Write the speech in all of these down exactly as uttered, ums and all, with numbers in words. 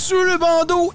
Sous le bandeau,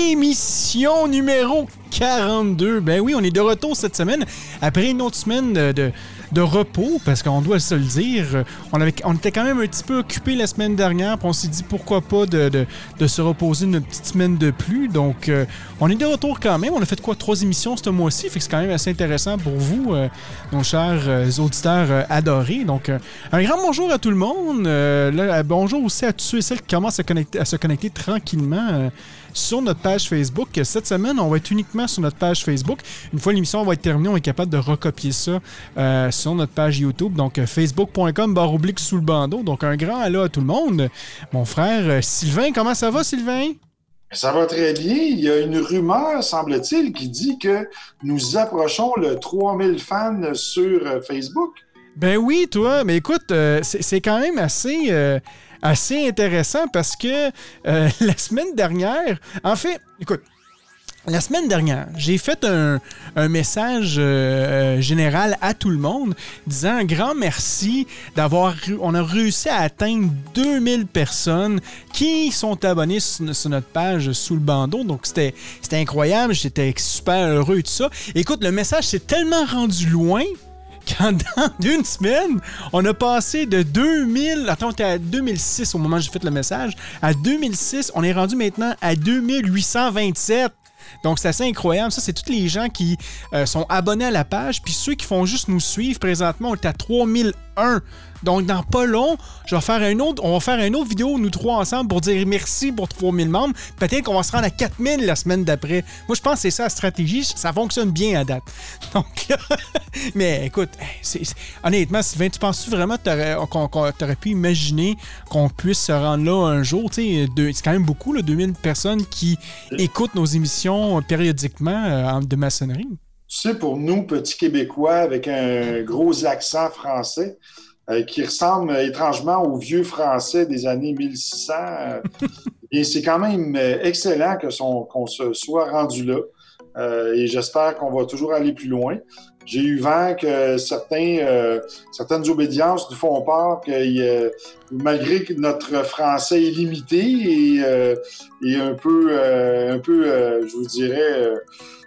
émission numéro quarante-deux. Ben oui, on est de retour cette semaine après une autre semaine de, de, de repos, parce qu'on doit se le dire. On, avait, on était quand même un petit peu occupés la semaine dernière, puis on s'est dit pourquoi pas de, de, de se reposer une petite semaine de plus. Donc, euh, on est de retour quand même. On a fait quoi? Trois émissions ce mois-ci, fait que c'est quand même assez intéressant pour vous, euh, nos chers euh, auditeurs euh, adorés. Donc, euh, un grand bonjour à tout le monde. Euh, là, bonjour aussi à tous ceux et celles qui commencent à, connecter, à se connecter tranquillement euh, sur notre page Facebook. Cette semaine, on va être uniquement sur notre page Facebook. Une fois l'émission va être terminée, on est capable de recopier ça euh, sur notre page YouTube. Donc, euh, facebook point com barre oblique sous le bandeau. Donc, un grand allô à tout le monde. Mon frère euh, Sylvain, comment ça va, Sylvain? Ça va très bien. Il y a une rumeur, semble-t-il, qui dit que nous approchons le trois mille fans sur euh, Facebook. Ben oui, toi. Mais écoute, euh, c'est, c'est quand même assez... Euh, assez intéressant parce que euh, la semaine dernière, en fait, écoute, la semaine dernière, j'ai fait un, un message euh, général à tout le monde disant un grand merci d'avoir... On a réussi à atteindre deux mille personnes qui sont abonnées sur, sur notre page Sous le bandeau. Donc, c'était, c'était incroyable. J'étais super heureux et tout ça. Écoute, le message s'est tellement rendu loin quand dans une semaine, on a passé de deux mille... Attends, on était à deux mille six au moment où j'ai fait le message. À deux mille six, on est rendu maintenant à deux mille huit cent vingt-sept. Donc, c'est assez incroyable. Ça, c'est tous les gens qui euh, sont abonnés à la page. Puis ceux qui font juste nous suivre, présentement, on est à trois mille un. Donc, dans pas long, je vais faire un autre, on va faire une autre vidéo, nous trois ensemble, pour dire merci pour trois mille membres. Peut-être qu'on va se rendre à quatre mille la semaine d'après. Moi, je pense que c'est ça la stratégie. Ça fonctionne bien à date. Donc, là, mais écoute, c'est, c'est, honnêtement, Sylvain, tu penses-tu vraiment que qu'on, qu'on t'aurais pu imaginer qu'on puisse se rendre là un jour? Tu sais, deux, c'est quand même beaucoup, là, deux mille personnes qui écoutent nos émissions périodiquement euh, de maçonnerie. Tu sais, pour nous, petits Québécois avec un gros accent français, euh, qui ressemble étrangement au vieux français des années mille six cents, euh, et c'est quand même excellent que son, qu'on se soit rendu là. Euh, et j'espère qu'on va toujours aller plus loin. J'ai eu vent que certains, euh, certaines obédiences nous font peur que euh, malgré que notre français est limité et, euh, et un peu, euh, un peu euh, je vous dirais... Euh,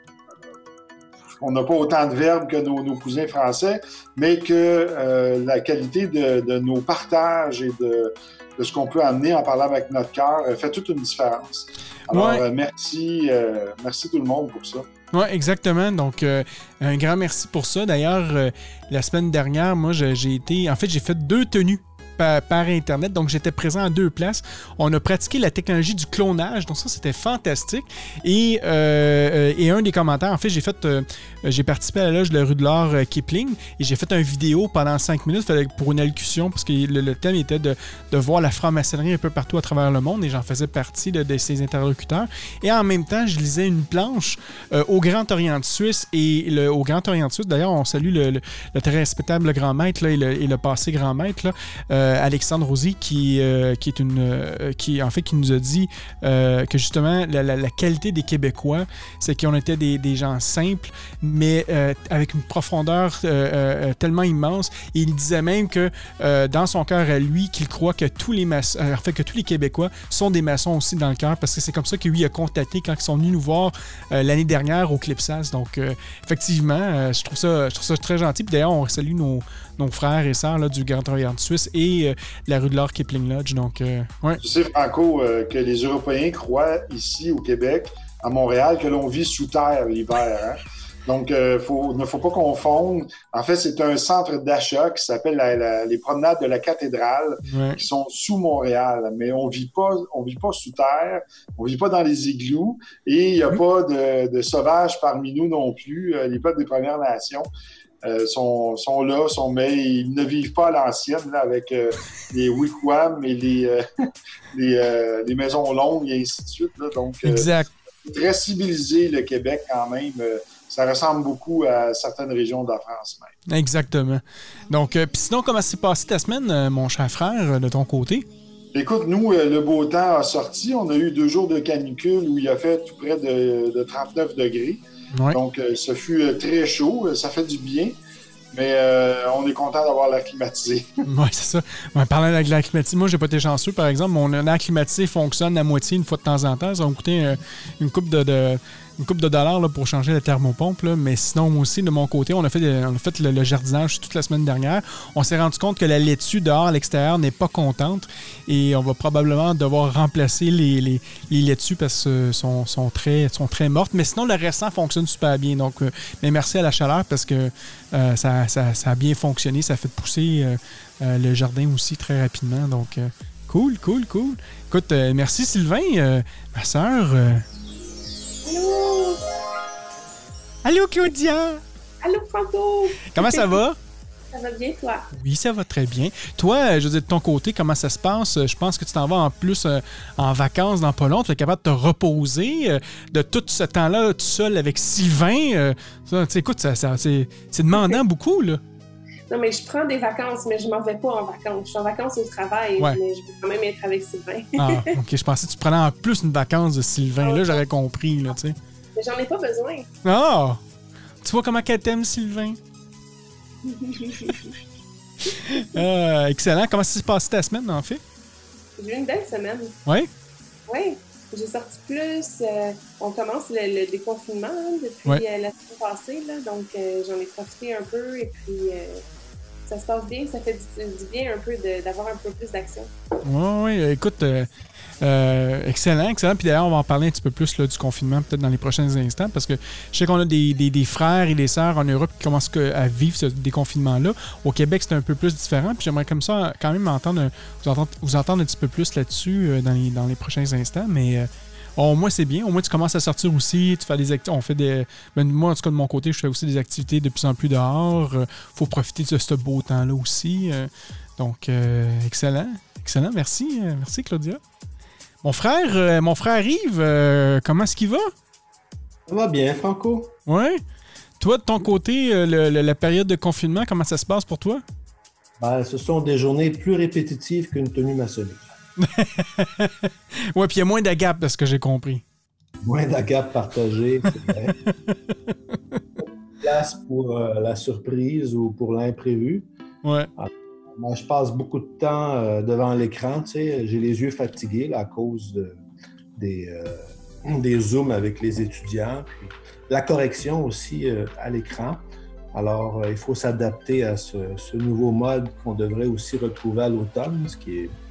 on n'a pas autant de verbes que nos, nos cousins français, mais que euh, la qualité de, de nos partages et de, de ce qu'on peut amener en parlant avec notre cœur fait toute une différence. Alors, ouais. euh, merci, euh, merci tout le monde pour ça. Oui, exactement. Donc, euh, un grand merci pour ça. D'ailleurs, euh, la semaine dernière, moi, j'ai, j'ai été... En fait, j'ai fait deux tenues Par, par Internet. Donc, j'étais présent à deux places. On a pratiqué la technologie du clonage. Donc, ça, c'était fantastique. Et, euh, et un des commentaires, en fait, j'ai fait... Euh, j'ai participé à la loge de la rue de l'Or euh, Kipling et j'ai fait une vidéo pendant cinq minutes pour une allocution parce que le, le thème était de, de voir la franc-maçonnerie un peu partout à travers le monde et j'en faisais partie de, de ces interlocuteurs. Et en même temps, je lisais une planche euh, au Grand Orient de Suisse et le, au Grand Orient de Suisse, d'ailleurs, on salue le, le, le très respectable grand maître là, et, le, et le passé grand maître, là, euh, Alexandre Rosy, qui, euh, qui est une euh, qui en fait qui nous a dit euh, que justement la, la, la qualité des Québécois, c'est qu'on était des, des gens simples, mais euh, avec une profondeur euh, euh, tellement immense. Et il disait même que euh, dans son cœur à lui, qu'il croit que tous les maçons, euh, en fait que tous les Québécois sont des maçons aussi dans le cœur, parce que c'est comme ça que lui a constaté quand ils sont venus nous voir euh, l'année dernière au Clipsas. Donc euh, effectivement, euh, je trouve ça, je trouve ça très gentil. Puis d'ailleurs, on salue nos nos frères et sœurs là, du Grand Orient de Suisse et euh, la rue de l'Or Kipling Lodge. Donc, euh, ouais. Tu sais, Franco, euh, que les Européens croient ici au Québec, à Montréal, que l'on vit sous terre l'hiver. Hein? Donc, euh, faut, il ne faut pas confondre. En fait, c'est un centre d'achat qui s'appelle la, la, les promenades de la cathédrale, ouais. qui sont sous Montréal. Mais on vit pas, on vit pas sous terre, on vit pas dans les igloos et il n'y a mmh. pas de, de sauvages parmi nous non plus. Les peuples des Premières Nations Euh, sont, sont là, sont, mais ils ne vivent pas à l'ancienne là, avec euh, les wigwams et les, euh, les, euh, les maisons longues et ainsi de suite. Là. Donc, euh, exact. Très civilisé le Québec quand même. Euh, ça ressemble beaucoup à certaines régions de la France même. Exactement. Donc, euh, puis sinon, comment s'est passé ta semaine, euh, mon cher frère, de ton côté? Écoute, nous, euh, le beau temps a sorti. On a eu deux jours de canicule où il a fait tout près de, de trente-neuf degrés. Ouais. Donc, euh, ce fut euh, très chaud. Ça fait du bien. Mais euh, on est content d'avoir l'air climatisé. Oui, c'est ça. En parlant de l'air climatisé, moi, j'ai pas été chanceux, par exemple. Mon air climatisé fonctionne à moitié une fois de temps en temps. Ça va me coûter euh, une coupe de, de, une coupe de dollars là, pour changer la thermopompe. Là. Mais sinon, moi aussi, de mon côté, on a fait, on a fait le, le jardinage toute la semaine dernière. On s'est rendu compte que la laitue dehors, à l'extérieur, n'est pas contente. Et on va probablement devoir remplacer les, les, les laitues parce qu'elles sont, sont, très, sont très mortes. Mais sinon, le restant fonctionne super bien. Donc, euh, mais merci à la chaleur parce que euh, ça, ça, ça a bien fonctionné. Ça a fait pousser euh, euh, le jardin aussi très rapidement. Donc, euh, cool, cool, cool. Écoute, euh, merci Sylvain. Euh, ma soeur. Euh... Allô? Allô, Claudia! Allô, Franco! Comment ça va? Ça va bien, toi? Oui, ça va très bien. Toi, je veux dire, de ton côté, comment ça se passe? Je pense que tu t'en vas en plus euh, en vacances dans pas longtemps. Tu es capable de te reposer euh, de tout ce temps-là tout seul avec Sylvain. Euh, ça, écoute, ça, ça, c'est, c'est demandant beaucoup, là. Non, mais je prends des vacances, mais je m'en vais pas en vacances. Je suis en vacances au travail, ouais. Mais je vais quand même être avec Sylvain. Ah, OK. Je pensais que tu prenais en plus une vacance de Sylvain. Ah, là, j'aurais compris, là, tu sais. Mais j'en ai pas besoin. Ah! Tu vois comment qu'elle t'aime, Sylvain? euh, excellent. Comment ça s'est passé ta semaine, en fait? J'ai eu une belle semaine. Oui? Oui. J'ai sorti plus. Euh, on commence le, le déconfinement hein, depuis ouais. euh, la semaine passée. Là, donc, euh, j'en ai profité un peu et puis euh, ça se passe bien. Ça fait du, du bien un peu de, d'avoir un peu plus d'action. Oui, oui. Écoute, euh, euh, excellent, excellent. Puis d'ailleurs, on va en parler un petit peu plus là, du confinement peut-être dans les prochains instants parce que je sais qu'on a des, des, des frères et des sœurs en Europe qui commencent à vivre ce déconfinement-là. Au Québec, c'est un peu plus différent. Puis j'aimerais comme ça quand même entendre, vous, entendre, vous entendre un petit peu plus là-dessus euh, dans, les, dans les prochains instants. Mais euh, au moins, c'est bien. Au moins, tu commences à sortir aussi. Tu fais des activités. On fait des. Ben, moi, en tout cas, de mon côté, je fais aussi des activités de plus en plus dehors. Il euh, faut profiter de ce beau temps-là aussi. Euh, donc, euh, excellent. Excellent. Merci. Euh, merci, Claudia. Mon frère, euh, mon frère Yves, euh, comment est-ce qu'il va? Ça va bien, Franco. Oui. Toi, de ton côté, euh, le, le, la période de confinement, comment ça se passe pour toi? Ben, ce sont des journées plus répétitives qu'une tenue maçonnique. Oui, puis il y a moins d'agapes, de ce que j'ai compris. Moins d'agapes partagées, c'est vrai. Place pour euh, la surprise ou pour l'imprévu. Ouais. Alors, moi, je passe beaucoup de temps euh, devant l'écran, tu sais, j'ai les yeux fatigués là, à cause de, des, euh, des zooms avec les étudiants, puis la correction aussi euh, à l'écran. Alors, euh, il faut s'adapter à ce, ce nouveau mode qu'on devrait aussi retrouver à l'automne, ce qui est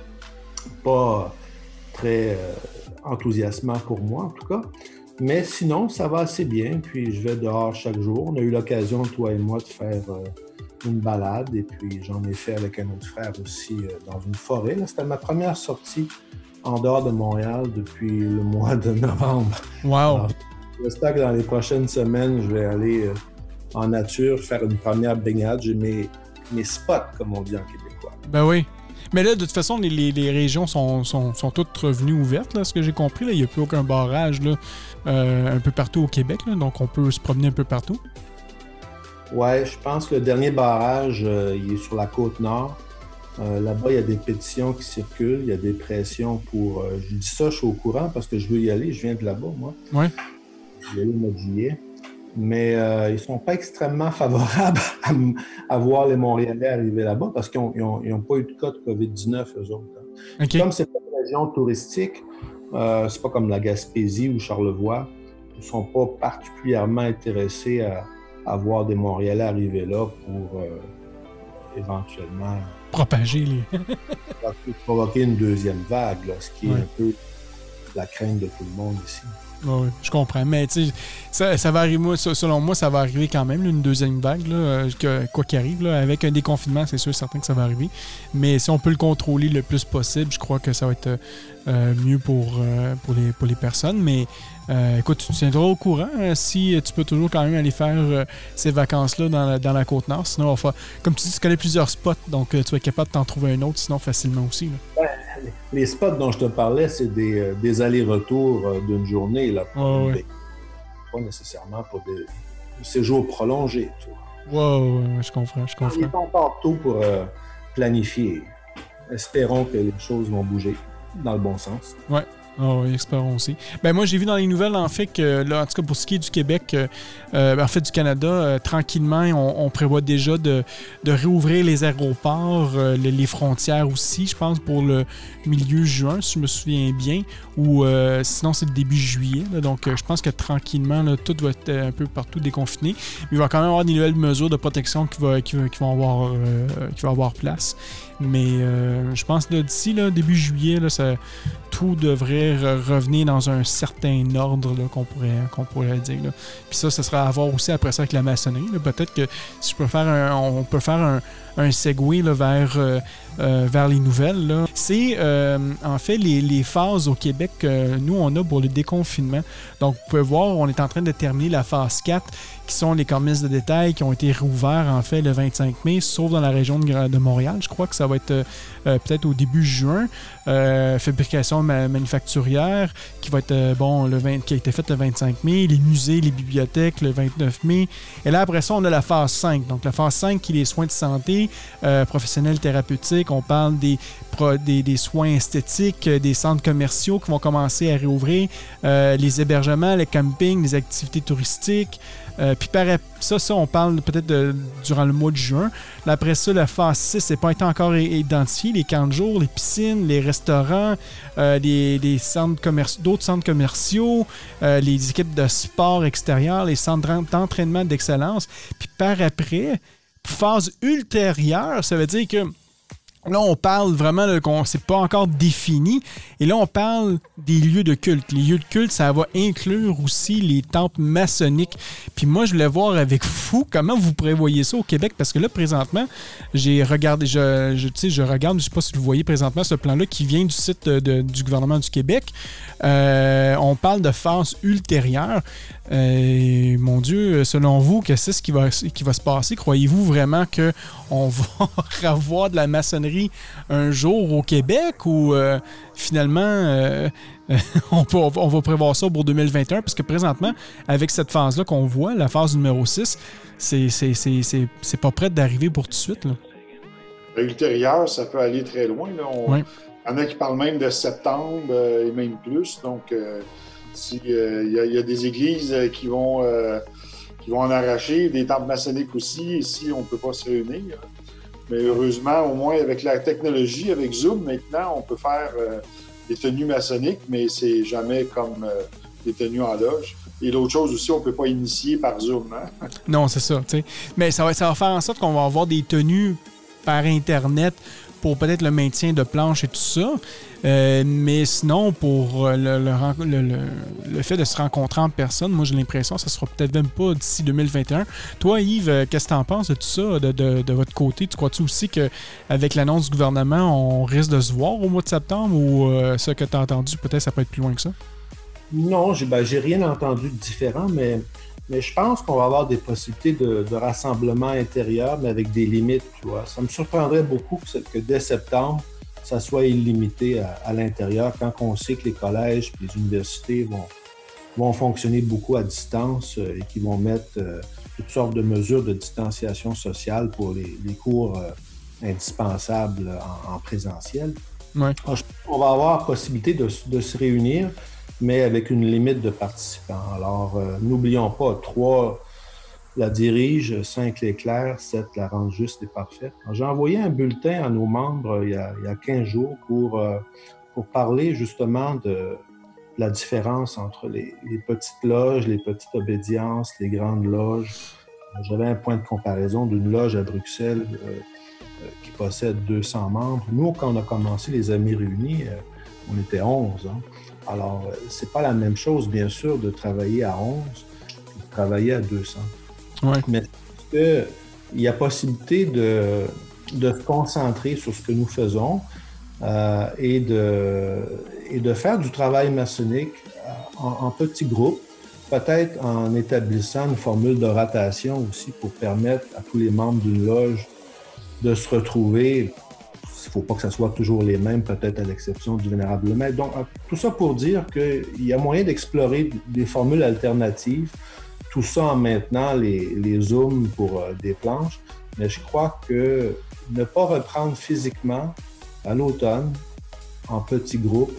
pas très euh, enthousiasmant pour moi, en tout cas. Mais sinon, ça va assez bien, puis je vais dehors chaque jour. On a eu l'occasion, toi et moi, de faire... Euh, une balade, et puis j'en ai fait avec un autre frère aussi euh, dans une forêt. Là, c'était ma première sortie en dehors de Montréal depuis le mois de novembre. Wow! Alors, j'espère que dans les prochaines semaines, je vais aller euh, en nature faire une première baignade. J'ai mes, mes spots, comme on dit en québécois. Ben oui. Mais là, de toute façon, les, les, les régions sont, sont, sont toutes revenues ouvertes, là, ce que j'ai compris. Là. Il n'y a plus aucun barrage là, euh, un peu partout au Québec, là, donc on peut se promener un peu partout. Ouais, je pense que le dernier barrage, euh, il est sur la côte nord. Euh, là-bas, il y a des pétitions qui circulent, il y a des pressions pour... Euh, je dis ça, je suis au courant parce que je veux y aller, je viens de là-bas, moi. Ouais. Je vais aller au mois de juillet. Mais euh, ils ne sont pas extrêmement favorables à, à voir les Montréalais arriver là-bas parce qu'ils n'ont pas eu de cas de covid dix-neuf, eux autres. Hein. Okay. Comme c'est pas une région touristique, euh, c'est pas comme la Gaspésie ou Charlevoix, ils ne sont pas particulièrement intéressés à... à voir des Montréalais arriver là pour euh, éventuellement propager les... provoquer une deuxième vague, là, ce qui est ouais. un peu la crainte de tout le monde ici. Oui, je comprends. Mais tu sais, ça, ça va arriver, moi, selon moi, ça va arriver quand même, là, une deuxième vague, là, que, quoi qu'il arrive. Là, avec un déconfinement, c'est sûr certain que ça va arriver. Mais si on peut le contrôler le plus possible, je crois que ça va être euh, mieux pour, euh, pour, les, pour les personnes. Mais euh, écoute, tu tiendras au courant hein, si tu peux toujours quand même aller faire euh, ces vacances-là dans la, dans la Côte-Nord. Sinon, on va, comme tu dis, tu connais plusieurs spots, donc euh, tu vas être capable de t'en trouver un autre, sinon facilement aussi. Là. Ouais, les spots dont je te parlais, c'est des, euh, des allers-retours euh, d'une journée. Là, pour oh, ouais. Pas nécessairement pour des, des séjours prolongés. Tu vois. Wow, ouais, je comprends, je comprends. Il est encore tôt pour euh, planifier. Espérons que les choses vont bouger dans le bon sens. Ouais. Oh, oui, espérons aussi. Ben moi, j'ai vu dans les nouvelles, en fait, que, là, en tout cas, pour ce qui est du Québec, euh, en fait, du Canada, euh, tranquillement, on, on prévoit déjà de, de réouvrir les aéroports, euh, les, les frontières aussi, je pense, pour le milieu juin, si je me souviens bien, ou euh, sinon, c'est le début juillet. Là, donc, euh, je pense que tranquillement, là, tout va être un peu partout déconfiné. Mais il va quand même avoir des nouvelles mesures de protection qui, va, qui, qui, vont, avoir, euh, qui vont avoir place. Mais euh, je pense que d'ici là, début juillet, là, ça, tout devrait re- revenir dans un certain ordre là, qu'on pourrait, qu'on pourrait dire. Là. Puis ça, ce sera à voir aussi après ça avec la maçonnerie. Là. Peut-être que si je peux faire un, on peut faire un, un segue là, vers, euh, euh, vers les nouvelles. Là. C'est euh, en fait les, les phases au Québec que nous, on a pour le déconfinement. Donc, vous pouvez voir, on est en train de terminer la phase quatre, qui sont les commerces de détail qui ont été rouverts en fait le vingt-cinq mai, sauf dans la région de, de Montréal. Je crois que ça va être euh, peut-être au début juin. Euh, fabrication ma- manufacturière qui va être euh, bon le vingt, qui a été faite le vingt-cinq mai, les musées, les bibliothèques le vingt-neuf mai. Et là, après ça, on a la phase cinq. Donc, la phase cinq qui est les soins de santé, euh, professionnels thérapeutiques. On parle des, pro- des, des soins esthétiques, euh, des centres commerciaux qui vont commencer à réouvrir, euh, les hébergements, les campings, les activités touristiques. Euh, puis par ça, ça, on parle peut-être de, durant le mois de juin. Là, après ça, la phase six n'a pas été encore identifiée. Les camps de jour, les piscines, les restaurants, euh, les, les centres commerciaux, d'autres centres commerciaux, euh, les équipes de sport extérieur, les centres d'entraînement d'excellence. Puis par après, phase ultérieure, ça veut dire que là, on parle vraiment là, qu'on c'est pas encore défini. Et là, on parle des lieux de culte. Les lieux de culte, ça va inclure aussi les temples maçonniques. Puis moi, je voulais voir avec vous comment vous prévoyez ça au Québec. Parce que là, présentement, j'ai regardé, je, je, tu sais, je regarde, je sais pas si vous voyez présentement ce plan-là qui vient du site de, de, du gouvernement du Québec. Euh, on parle de phase ultérieure. Euh, mon Dieu, selon vous, qu'est-ce ce qui va, qui va se passer? Croyez-vous vraiment qu'on va avoir de la maçonnerie un jour au Québec ou euh, finalement euh, on, peut, on va prévoir ça pour deux mille vingt et un? Parce que présentement, avec cette phase-là qu'on voit, la phase numéro six, c'est, c'est, c'est, c'est, c'est pas prêt d'arriver pour tout de suite. Là. Ultérieur, ça peut aller très loin. Là. On, oui. Il y en a qui parlent même de septembre euh, et même plus. Donc, euh, si, euh, il, y a, il y a des églises euh, qui, vont, euh, qui vont en arracher, des temples maçonniques aussi. Ici, on ne peut pas se réunir. Mais heureusement, au moins avec la technologie, avec Zoom, maintenant, on peut faire euh, des tenues maçonniques, mais c'est jamais comme euh, des tenues en loge. Et l'autre chose aussi, on ne peut pas initier par Zoom. Hein? Non, c'est ça. T'sais. Mais ça va, ça va faire en sorte qu'on va avoir des tenues par Internet pour peut-être le maintien de planches et tout ça. Euh, mais sinon, pour le, le, le, le, le fait de se rencontrer en personne, moi j'ai l'impression que ça sera peut-être même pas d'ici deux mille vingt et un. Toi, Yves, qu'est-ce que tu en penses de tout ça, de, de, de votre côté? Tu crois-tu aussi qu'avec l'annonce du gouvernement, on risque de se voir au mois de septembre ou euh, ce que tu as entendu, peut-être ça peut être plus loin que ça? Non, j'ai, ben, j'ai rien entendu de différent, mais, mais je pense qu'on va avoir des possibilités de, de rassemblement intérieur, mais avec des limites, tu vois. Ça me surprendrait beaucoup que, que dès septembre, ça soit illimité à, à l'intérieur, quand on sait que les collèges et les universités vont, vont fonctionner beaucoup à distance euh, et qui vont mettre euh, toutes sortes de mesures de distanciation sociale pour les, les cours euh, indispensables en, en présentiel. Ouais. Alors, je pense qu'on va avoir possibilité de, de se réunir, mais avec une limite de participants. Alors, euh, n'oublions pas, trois la dirige, cinq l'éclaire, sept la rend juste et parfaite. Alors, j'ai envoyé un bulletin à nos membres il y a, il y a quinze jours pour, euh, pour parler justement de la différence entre les, les petites loges, les petites obédiences, les grandes loges. J'avais un point de comparaison d'une loge à Bruxelles euh, euh, qui possède deux cents membres. Nous, quand on a commencé les Amis réunis, euh, on était onze. Hein? Alors, euh, c'est pas la même chose, bien sûr, de travailler à onze que de travailler à deux cents. Ouais. Mais il y a possibilité de, de se concentrer sur ce que nous faisons euh, et, de, et de faire du travail maçonnique en, en petits groupes, peut-être en établissant une formule de rotation aussi pour permettre à tous les membres d'une loge de se retrouver. Il ne faut pas que ce soit toujours les mêmes, peut-être à l'exception du Vénérable Maître. Donc, tout ça pour dire qu'il y a moyen d'explorer des formules alternatives, tout ça en maintenant les, les zooms pour euh, des planches. Mais je crois que ne pas reprendre physiquement à l'automne, en petits groupes,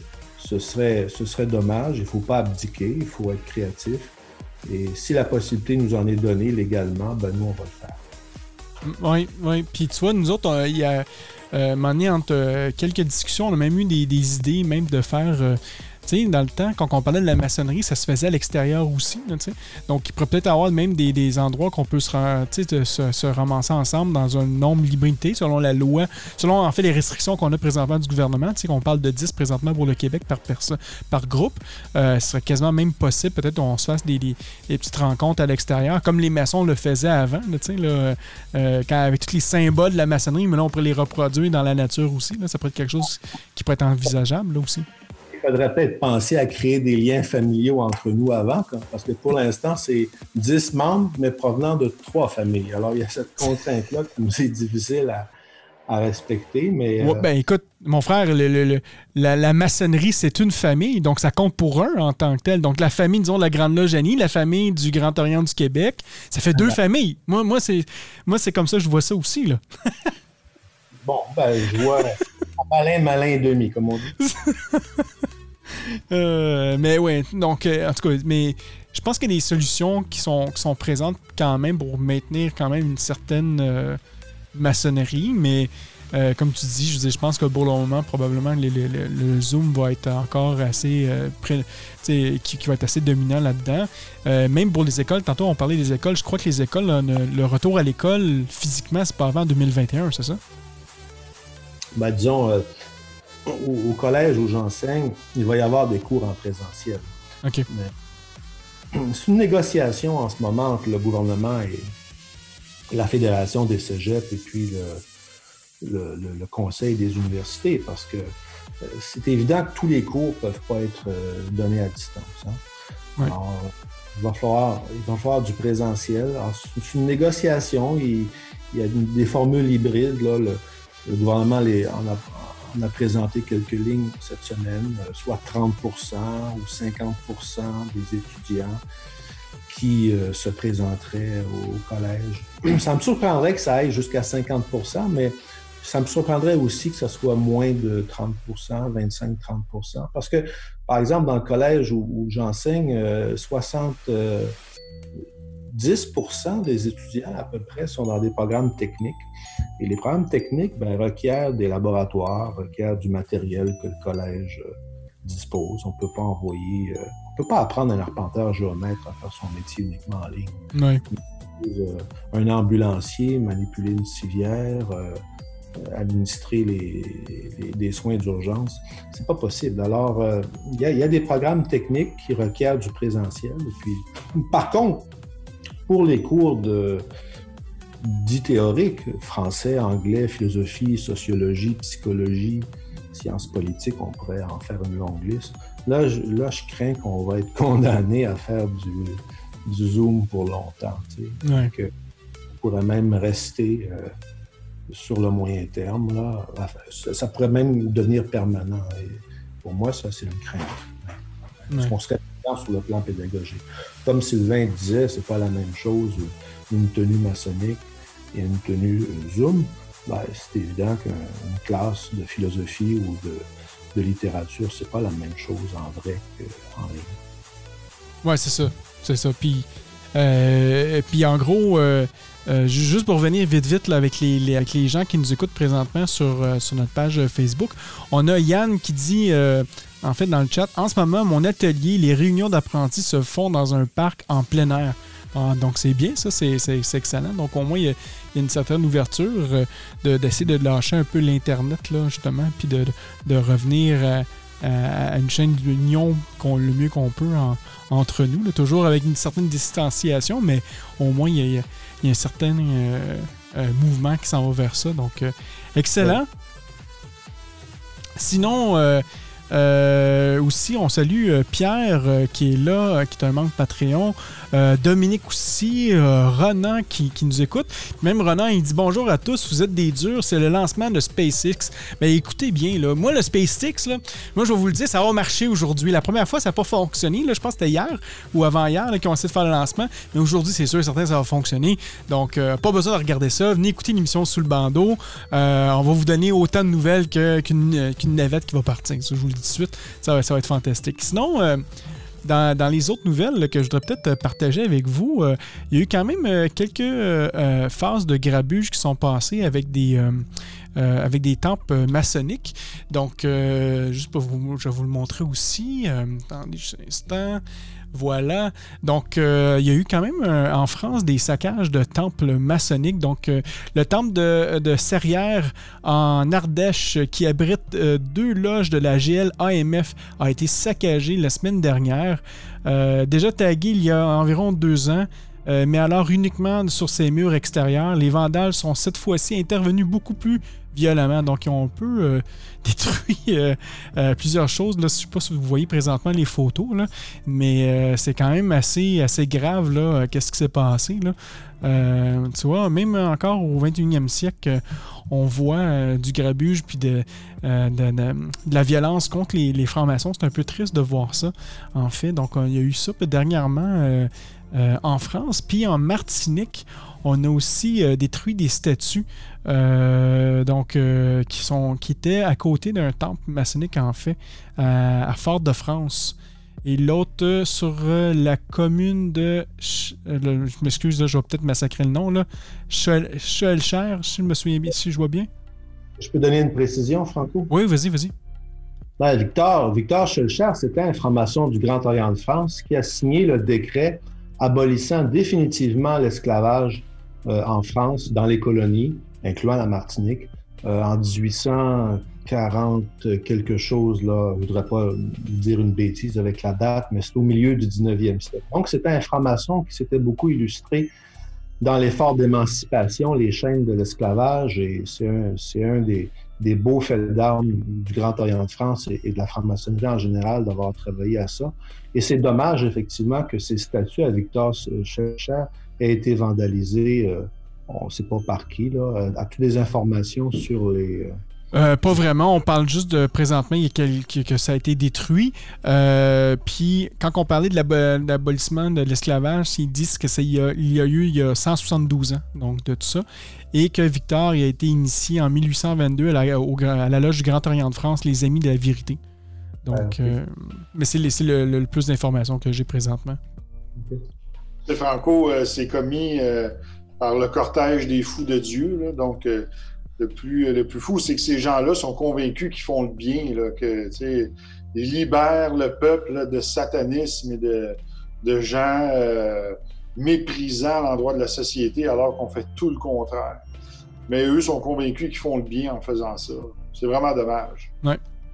ce serait, ce serait dommage. Il ne faut pas abdiquer, il faut être créatif. Et si la possibilité nous en est donnée légalement, ben nous, on va le faire. Oui, oui. Puis tu vois, nous autres, il y a euh, un moment donné, entre euh, quelques discussions, on a même eu des, des idées, même de faire... Euh, tu sais, dans le temps, quand on parlait de la maçonnerie, ça se faisait à l'extérieur aussi. Là, donc, il pourrait peut-être avoir même des, des endroits qu'on peut se, se, se ramasser ensemble dans un nombre limité selon la loi, selon en fait les restrictions qu'on a présentement du gouvernement. Tu sais, qu'on parle de dix présentement pour le Québec par, perso- par groupe. Euh, ce serait quasiment même possible. Peut-être qu'on se fasse des, des, des petites rencontres à l'extérieur, comme les maçons le faisaient avant. Là, là, euh, quand, avec tous les symboles de la maçonnerie, mais là, on pourrait les reproduire dans la nature aussi. Là, ça pourrait être quelque chose qui pourrait être envisageable là aussi. Il faudrait peut-être penser à créer des liens familiaux entre nous avant, parce que pour l'instant, c'est dix membres, mais provenant de trois familles. Alors, il y a cette contrainte-là qui nous est difficile à, à respecter, mais... Ouais, euh... ben écoute, mon frère, le, le, le, la, la maçonnerie, c'est une famille, donc ça compte pour un en tant que tel. Donc, la famille, disons, de la Grande Loge Annie, la famille du Grand Orient du Québec, ça fait deux ah, familles. Moi, moi, c'est, moi, c'est comme ça que je vois ça aussi, là. Bon, ben, je vois malin, malin demi, comme on dit. euh, mais ouais, donc, euh, en tout cas, mais je pense qu'il y a des solutions qui sont, qui sont présentes quand même pour maintenir quand même une certaine euh, maçonnerie, mais euh, comme tu dis, je, veux dire, je pense que pour le moment, probablement, le, le, le, le Zoom va être encore assez, euh, pré, qui, qui va être assez dominant là-dedans. Euh, même pour les écoles, tantôt on parlait des écoles, je crois que les écoles, là, le retour à l'école, physiquement, c'est pas avant deux mille vingt et un, c'est ça? Ben, disons, euh, au, au collège où j'enseigne, il va y avoir des cours en présentiel. OK. Mais c'est une négociation en ce moment entre le gouvernement et la Fédération des cégeps et puis le, le, le, le Conseil des universités, parce que euh, c'est évident que tous les cours ne peuvent pas être euh, donnés à distance. Hein? Ouais. Alors, il va falloir, il va falloir du présentiel. Alors, c'est une négociation. Il, il y a des formules hybrides, là, le, Le gouvernement les, en, a, en a présenté quelques lignes cette semaine, euh, soit trente pour cent ou cinquante pour cent des étudiants qui euh, se présenteraient au, au collège. Ça me surprendrait que ça aille jusqu'à cinquante pour cent, mais ça me surprendrait aussi que ça soit moins de trente pour cent, vingt-cinq à trente pour cent. Parce que, par exemple, dans le collège où, où j'enseigne, euh, soixante... Euh, dix pour cent des étudiants, à peu près, sont dans des programmes techniques. Et les programmes techniques ben, requièrent des laboratoires, requièrent du matériel que le collège euh, dispose. On ne peut pas envoyer... Euh, on ne peut pas apprendre un arpenteur géomètre à faire son métier uniquement en ligne. Oui. Euh, un ambulancier, manipuler une civière, euh, administrer les, les, les soins d'urgence, c'est pas possible. Alors, euh, il y a, y a des programmes techniques qui requièrent du présentiel. Et puis, par contre, pour les cours de, dits théoriques, français, anglais, philosophie, sociologie, psychologie, sciences politiques, on pourrait en faire une longue liste. Là, je, là, je crains qu'on va être condamné à faire du, du Zoom pour longtemps. Tu sais. Ouais. Donc, on pourrait même rester euh, sur le moyen terme. Là. Ça, ça pourrait même devenir permanent. Et pour moi, ça, c'est une crainte. Parce ouais. qu'on serait sur le plan pédagogique. Comme Sylvain disait, c'est pas la même chose une tenue maçonnique et une tenue Zoom. Ben, c'est évident qu'une classe de philosophie ou de, de littérature, c'est pas la même chose en vrai qu'en ligne. Ouais, c'est ça. C'est ça. Puis, euh, puis en gros, euh, euh, juste pour revenir vite vite là, avec, les, les, avec les gens qui nous écoutent présentement sur, euh, sur notre page Facebook, on a Yann qui dit... Euh, en fait, dans le chat, en ce moment, mon atelier, les réunions d'apprentis se font dans un parc en plein air. Ah, donc, c'est bien, ça, c'est, c'est, c'est excellent. Donc, au moins, il y a, il y a une certaine ouverture euh, de, d'essayer de lâcher un peu l'Internet, là, justement, puis de, de, de revenir à, à, à une chaîne d'union qu'on, le mieux qu'on peut en, entre nous, là, toujours avec une certaine distanciation, mais au moins, il y a, il y a, il y a un certain euh, euh, mouvement qui s'en va vers ça. Donc, euh, excellent. Ouais. Sinon... Euh, Euh, aussi, on salue euh, Pierre euh, qui est là, euh, qui est un membre Patreon. Euh, Dominique aussi, euh, Ronan qui, qui nous écoute. Même Ronan, il dit bonjour à tous, vous êtes des durs, c'est le lancement de SpaceX. Ben écoutez bien, là, moi le SpaceX, là, moi je vais vous le dire, ça va marcher aujourd'hui. La première fois, ça n'a pas fonctionné, là, je pense que c'était hier ou avant-hier qu'ils ont essayé de faire le lancement, mais aujourd'hui, c'est sûr et certain que ça va fonctionner. Donc, euh, pas besoin de regarder ça. Venez écouter l'émission Sous le bandeau. Euh, on va vous donner autant de nouvelles que, qu'une, qu'une navette qui va partir, ça je vous le dis. de suite. Ça va, ça va être fantastique. Sinon, euh, dans, dans les autres nouvelles là, que je voudrais peut-être partager avec vous, euh, il y a eu quand même euh, quelques euh, phases de grabuge qui sont passées avec des... Euh, Euh, avec des temples maçonniques. Donc, euh, juste pour vous, je vais vous le montrer aussi. Euh, attendez juste un instant. Voilà. Donc, euh, il y a eu quand même euh, en France des saccages de temples maçonniques. Donc, euh, le temple de, de Serrières en Ardèche, qui abrite euh, deux loges de la G L A M F, a été saccagé la semaine dernière. Euh, déjà tagué il y a environ deux ans. Euh, mais alors uniquement sur ses murs extérieurs. Les vandales sont cette fois-ci intervenus beaucoup plus violemment. Donc, ils ont un peu euh, détruit euh, euh, plusieurs choses. Là, je ne sais pas si vous voyez présentement les photos, là, mais euh, c'est quand même assez, assez grave, là, euh, qu'est-ce qui s'est passé. Là. Euh, tu vois, même encore au vingt et unième siècle, on voit euh, du grabuge puis de, euh, de, de, de la violence contre les, les francs-maçons. C'est un peu triste de voir ça, en fait. Donc, euh, il y a eu ça. Puis dernièrement... Euh, Euh, en France, puis en Martinique, on a aussi euh, détruit des statues euh, donc, euh, qui, sont, qui étaient à côté d'un temple maçonnique, en fait, à, à Fort-de-France. Et l'autre euh, sur euh, la commune de... Ch- euh, le, je m'excuse, là, je vais peut-être massacrer le nom, là. Schœlcher, si je me souviens bien, si je vois bien. Je peux donner une précision, Franco? Oui, vas-y, vas-y. Ben, Victor, Victor Schœlcher, c'était un franc-maçon du Grand Orient de France qui a signé le décret abolissant définitivement l'esclavage euh, en France, dans les colonies, incluant la Martinique, euh, en dix-huit cent quarante quelque chose, là, je ne voudrais pas dire une bêtise avec la date, mais c'est au milieu du dix-neuvième siècle. Donc, c'était un franc-maçon qui s'était beaucoup illustré dans l'effort d'émancipation, les chaînes de l'esclavage, et c'est un, c'est un des, des beaux faits d'armes du Grand Orient de France et, et de la franc-maçonnerie en général d'avoir travaillé à ça. Et c'est dommage, effectivement, que ces statues à Victor Schœlcher aient été vandalisées, euh, on ne sait pas par qui, là, à toutes les informations sur les... Euh, Euh, pas vraiment, on parle juste de présentement il y a quel, que ça a été détruit. Euh, Puis quand on parlait de, l'ab- de l'abolissement de l'esclavage, ils disent que ça y a, il y a eu il y a cent soixante-douze ans, donc de tout ça, et que Victor il a été initié en mille huit cent vingt-deux à la, au, à la loge du Grand Orient de France, les Amis de la Vérité. Donc, ah, okay. euh, mais c'est, c'est le, le, le plus d'informations que j'ai présentement. Okay. Franco, euh, c'est commis euh, par le cortège des fous de Dieu, là, donc. Euh, Le plus, le plus fou, c'est que ces gens-là sont convaincus qu'ils font le bien, là, que, tu sais, ils libèrent le peuple là, de satanisme et de, de gens euh, méprisants à l'endroit de la société, alors qu'on fait tout le contraire. Mais eux sont convaincus qu'ils font le bien en faisant ça. C'est vraiment dommage. Ouais.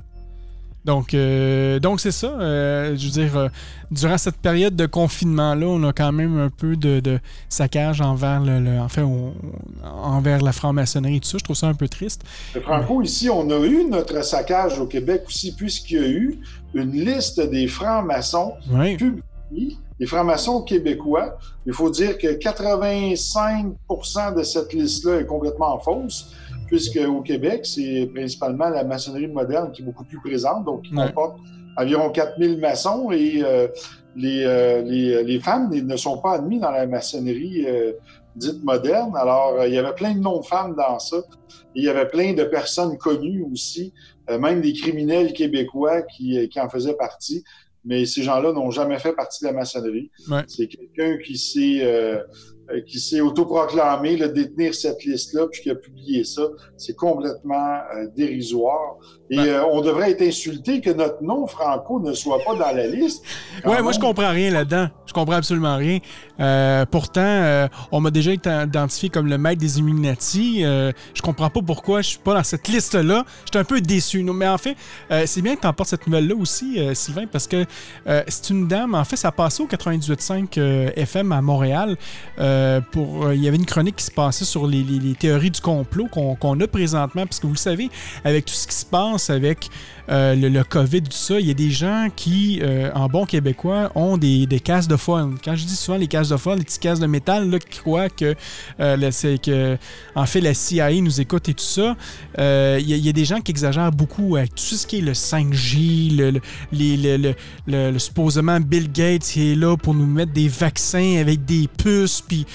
Donc, euh, donc c'est ça. Euh, je veux dire, euh, durant cette période de confinement-là, on a quand même un peu de, de saccage envers le, le enfin, on, envers la franc-maçonnerie et tout ça. Je trouve ça un peu triste. Mais Franco, mais... ici, on a eu notre saccage au Québec aussi, puisqu'il y a eu une liste des francs-maçons oui. publiés, les francs-maçons québécois. Il faut dire que quatre-vingt-cinq pour cent de cette liste-là est complètement fausse, puisqu'au Québec, c'est principalement la maçonnerie moderne qui est beaucoup plus présente, donc qui ouais. comporte environ quatre mille maçons, et euh, les, euh, les, les femmes ne sont pas admises dans la maçonnerie euh, dite moderne. Alors, euh, il y avait plein de noms de femmes dans ça, et il y avait plein de personnes connues aussi, euh, même des criminels québécois qui, qui en faisaient partie, mais ces gens-là n'ont jamais fait partie de la maçonnerie. Ouais. C'est quelqu'un qui s'est... Euh, qui s'est autoproclamé le détenir cette liste-là, puis qui a publié ça. C'est complètement euh, dérisoire. Et ouais. euh, on devrait être insulté que notre nom, Franco, ne soit pas dans la liste. Oui, moi, je comprends rien là-dedans. Je comprends absolument rien. Euh, pourtant, euh, on m'a déjà identifié comme le maître des Illuminati. Euh, je comprends pas pourquoi je suis pas dans cette liste-là. J'étais un peu déçu. Mais en fait, euh, c'est bien que tu emportes cette nouvelle-là aussi, euh, Sylvain, parce que euh, c'est une dame, en fait, ça passait au quatre-vingt-dix-huit virgule cinq euh, F M à Montréal. Euh, pour, euh, il y avait une chronique qui se passait sur les, les, les théories du complot qu'on, qu'on a présentement, parce que vous le savez, avec tout ce qui se passe avec euh, le, le COVID, tout ça, il y a des gens qui, euh, en bon québécois, ont des, des cases de folle. Quand je dis souvent les cases de folle, les petites cases de métal, là, qui croient que, euh, là, c'est que, en fait, la C I A nous écoute et tout ça, euh, il, y a, il y a des gens qui exagèrent beaucoup avec tout ce qui est le cinq G, le, le, les, le, le, le, le supposément Bill Gates qui est là pour nous mettre des vaccins avec des puces, puis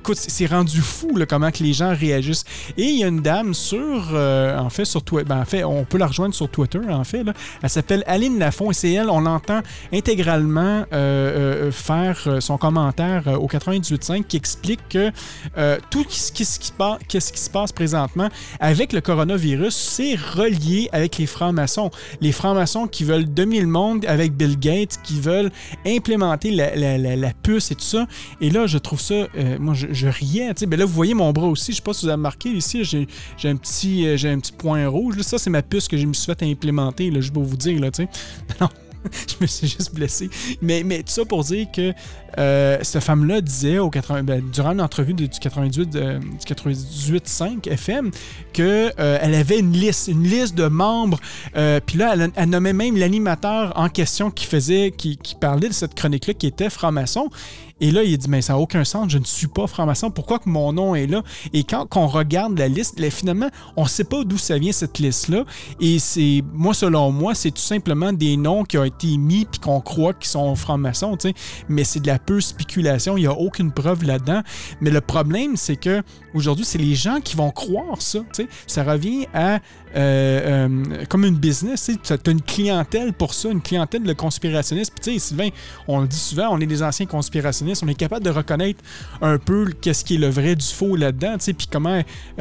écoute, c'est rendu fou là, comment que les gens réagissent. Et il y a une dame sur, euh, en fait, sur Twitter, ben, en fait, on peut la rejoindre sur Twitter, en fait, là. Elle s'appelle Aline Lafont et c'est elle, on l'entend intégralement euh, euh, faire son commentaire euh, au quatre-vingt-dix-huit cinq qui explique que euh, tout ce qui, ce, qui, ce qui se passe présentement avec le coronavirus, c'est relié avec les francs-maçons. Les francs-maçons qui veulent dominer le monde avec Bill Gates, qui veulent implémenter la, la, la, la puce et tout ça. Et là, je trouve ça... Euh, moi, je, je riais. Ben là, vous voyez mon bras aussi. Je sais pas si vous avez remarqué. Ici, j'ai, j'ai, un, petit, euh, j'ai un petit point rouge. Là, ça, c'est ma puce que je me suis fait implémenter. Là, je vais vous dire. Là, non, je me suis juste blessé. Mais, mais tout ça pour dire que euh, cette femme-là disait au quatre-vingts, ben, durant une entrevue de, du quatre-vingt-dix-huit, euh, du quatre-vingt-dix-huit cinq F M qu'elle euh, avait une liste, une liste de membres. Euh, Puis là, elle, elle nommait même l'animateur en question qui faisait, qui, qui parlait de cette chronique-là, qui était franc-maçon. Et là, il a dit, mais ça n'a aucun sens, je ne suis pas franc-maçon, pourquoi que mon nom est là? Et quand on regarde la liste, là, finalement, on ne sait pas d'où ça vient, cette liste-là. Et c'est, moi, selon moi, c'est tout simplement des noms qui ont été mis puis qu'on croit qu'ils sont francs-maçons, tu sais. Mais c'est de la pure spéculation, il n'y a aucune preuve là-dedans. Mais le problème, c'est que aujourd'hui, c'est les gens qui vont croire ça, tu sais. Ça revient à Euh, euh, comme une business, tu as une clientèle pour ça, une clientèle de conspirationnistes. Puis tu sais, Sylvain, on le dit souvent, on est des anciens conspirationnistes, on est capable de reconnaître un peu qu'est-ce qui est le vrai du faux là-dedans, tu sais, puis comment, euh,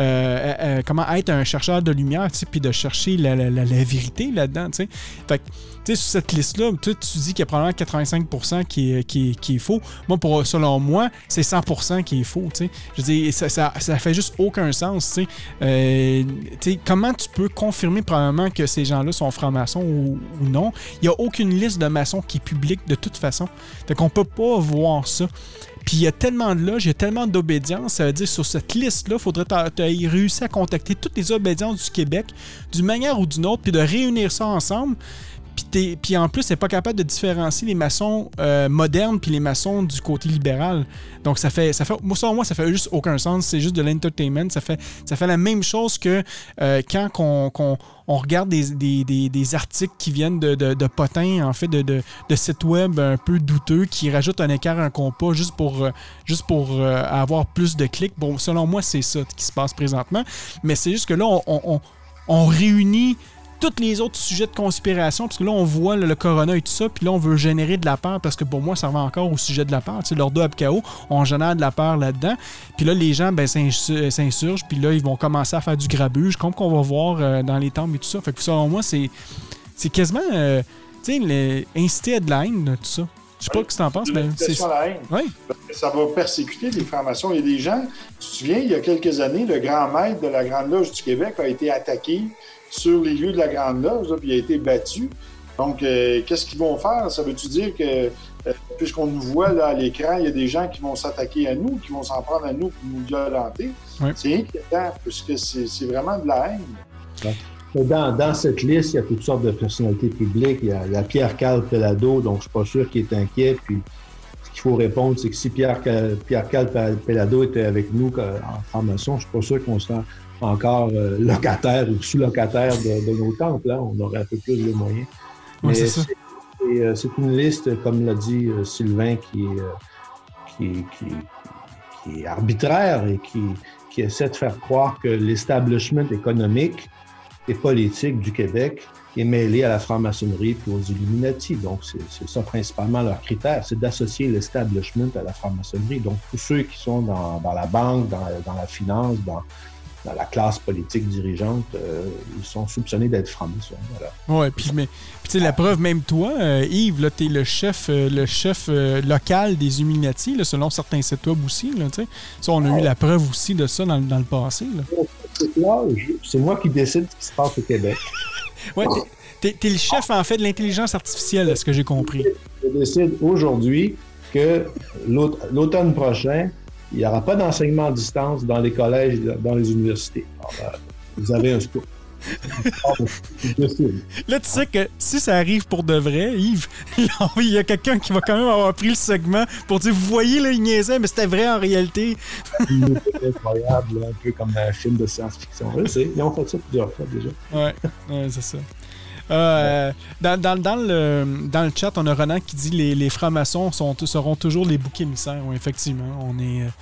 euh, comment être un chercheur de lumière, tu sais, puis de chercher la, la, la, la vérité là-dedans, tu sais. Fait que, tu sais, sur cette liste-là, tu, tu dis qu'il y a probablement quatre-vingt-cinq pour cent qui est, qui est, qui est faux. Moi, pour, selon moi, c'est cent pour cent qui est faux, tu sais. Je veux dire, ça, ça, ça fait juste aucun sens, tu sais. Euh, tu sais, comment tu peux confirmer probablement que ces gens-là sont francs-maçons ou, ou non? Il n'y a aucune liste de maçons qui est publique de toute façon. Fait qu'on peut pas voir ça. Puis il y a tellement de loges, il y a tellement d'obédiences, ça veut dire sur cette liste-là, il faudrait que tu aies réussi à contacter toutes les obédiences du Québec, d'une manière ou d'une autre, puis de réunir ça ensemble. Puis, puis en plus, c'est pas capable de différencier les maçons euh, modernes puis les maçons du côté libéral. Donc ça fait, ça fait, moi selon moi, ça fait juste aucun sens. C'est juste de l'entertainment. Ça fait, ça fait la même chose que euh, quand qu'on, qu'on, on regarde des, des, des, des articles qui viennent de, de, de potins, en fait, de, de, de sites web un peu douteux qui rajoutent un écart, un compas juste pour, euh, juste pour euh, avoir plus de clics. Bon, selon moi, c'est ça qui se passe présentement. Mais c'est juste que là, on, on, on réunit tous les autres sujets de conspiration, parce que là, on voit là, le corona et tout ça, puis là, on veut générer de la peur, parce que pour moi, ça revient encore au sujet de la peur. Tu sais, l'ordo Abkao, on génère de la peur là-dedans. Puis là, les gens ben, s'insurgent, puis là, ils vont commencer à faire du grabuge, comme qu'on va voir euh, dans les temples et tout ça. Fait que selon moi, c'est, c'est quasiment, euh, tu sais, inciter à de la haine, tout ça. Je sais pas oui, ce que tu en penses, mais c'est ça. La haine. Oui. Parce que ça va persécuter les francs-maçons. Il y a des gens, tu te souviens, il y a quelques années, le grand maître de la Grande Loge du Québec a été attaqué sur les lieux de la Grande Loge, là, puis il a été battu. Donc, euh, qu'est-ce qu'ils vont faire? Ça veut-tu dire que, euh, puisqu'on nous voit là, à l'écran, il y a des gens qui vont s'attaquer à nous, qui vont s'en prendre à nous pour nous violenter? Oui. C'est inquiétant, puisque c'est, c'est vraiment de la haine. Ouais. Dans, dans cette liste, il y a toutes sortes de personnalités publiques. Il y a, il y a Pierre-Carl Pellado, donc je ne suis pas sûr qu'il est inquiet. Puis, ce qu'il faut répondre, c'est que si Pierre, Pierre-Carl Pellado était avec nous en franc-maçon, je ne suis pas sûr qu'on soit encore euh, locataire ou sous-locataire de, de nos temples. Là. On aurait un peu plus de moyens. Ouais, Mais c'est, ça. C'est, c'est, c'est une liste, comme l'a dit euh, Sylvain, qui est, euh, qui, qui, qui est arbitraire et qui, qui essaie de faire croire que l'establishment économique et politique du Québec est mêlé à la franc-maçonnerie et aux Illuminati. Donc, c'est, c'est ça principalement leur critère, c'est d'associer l'establishment à la franc-maçonnerie. Donc, tous ceux qui sont dans, dans la banque, dans, dans la finance, dans, dans la classe politique dirigeante, euh, ils sont soupçonnés d'être francs-maçons. Voilà. Oui, puis mais puis tu sais, la preuve, même toi, euh, Yves, là, t'es le chef, euh, le chef euh, local des Illuminati, là, selon certains sites web aussi, là, tu sais. Ça, on a ouais. eu la preuve aussi de ça dans, dans le passé, là. Là, c'est moi qui décide ce qui se passe au Québec. Oui, t'es, t'es, t'es le chef, en fait, de l'intelligence artificielle, à ce que j'ai compris. Je décide aujourd'hui que l'aut- l'automne prochain, il n'y aura pas d'enseignement à distance dans les collèges et dans les universités. Alors, vous avez un scoop. Là, tu sais que si ça arrive pour de vrai, Yves, il y a quelqu'un qui va quand même avoir pris le segment pour dire, vous voyez, là, il niaisait, mais c'était vrai en réalité. C'est incroyable, là, un peu comme un film de science-fiction. Je sais, ils ont fait ça plusieurs fois déjà. Ouais, ouais, c'est ça. Euh, dans, dans, dans, le, dans le chat, on a Ronan qui dit les, les francs-maçons sont, seront toujours les boucs émissaires. Oui, effectivement, on est...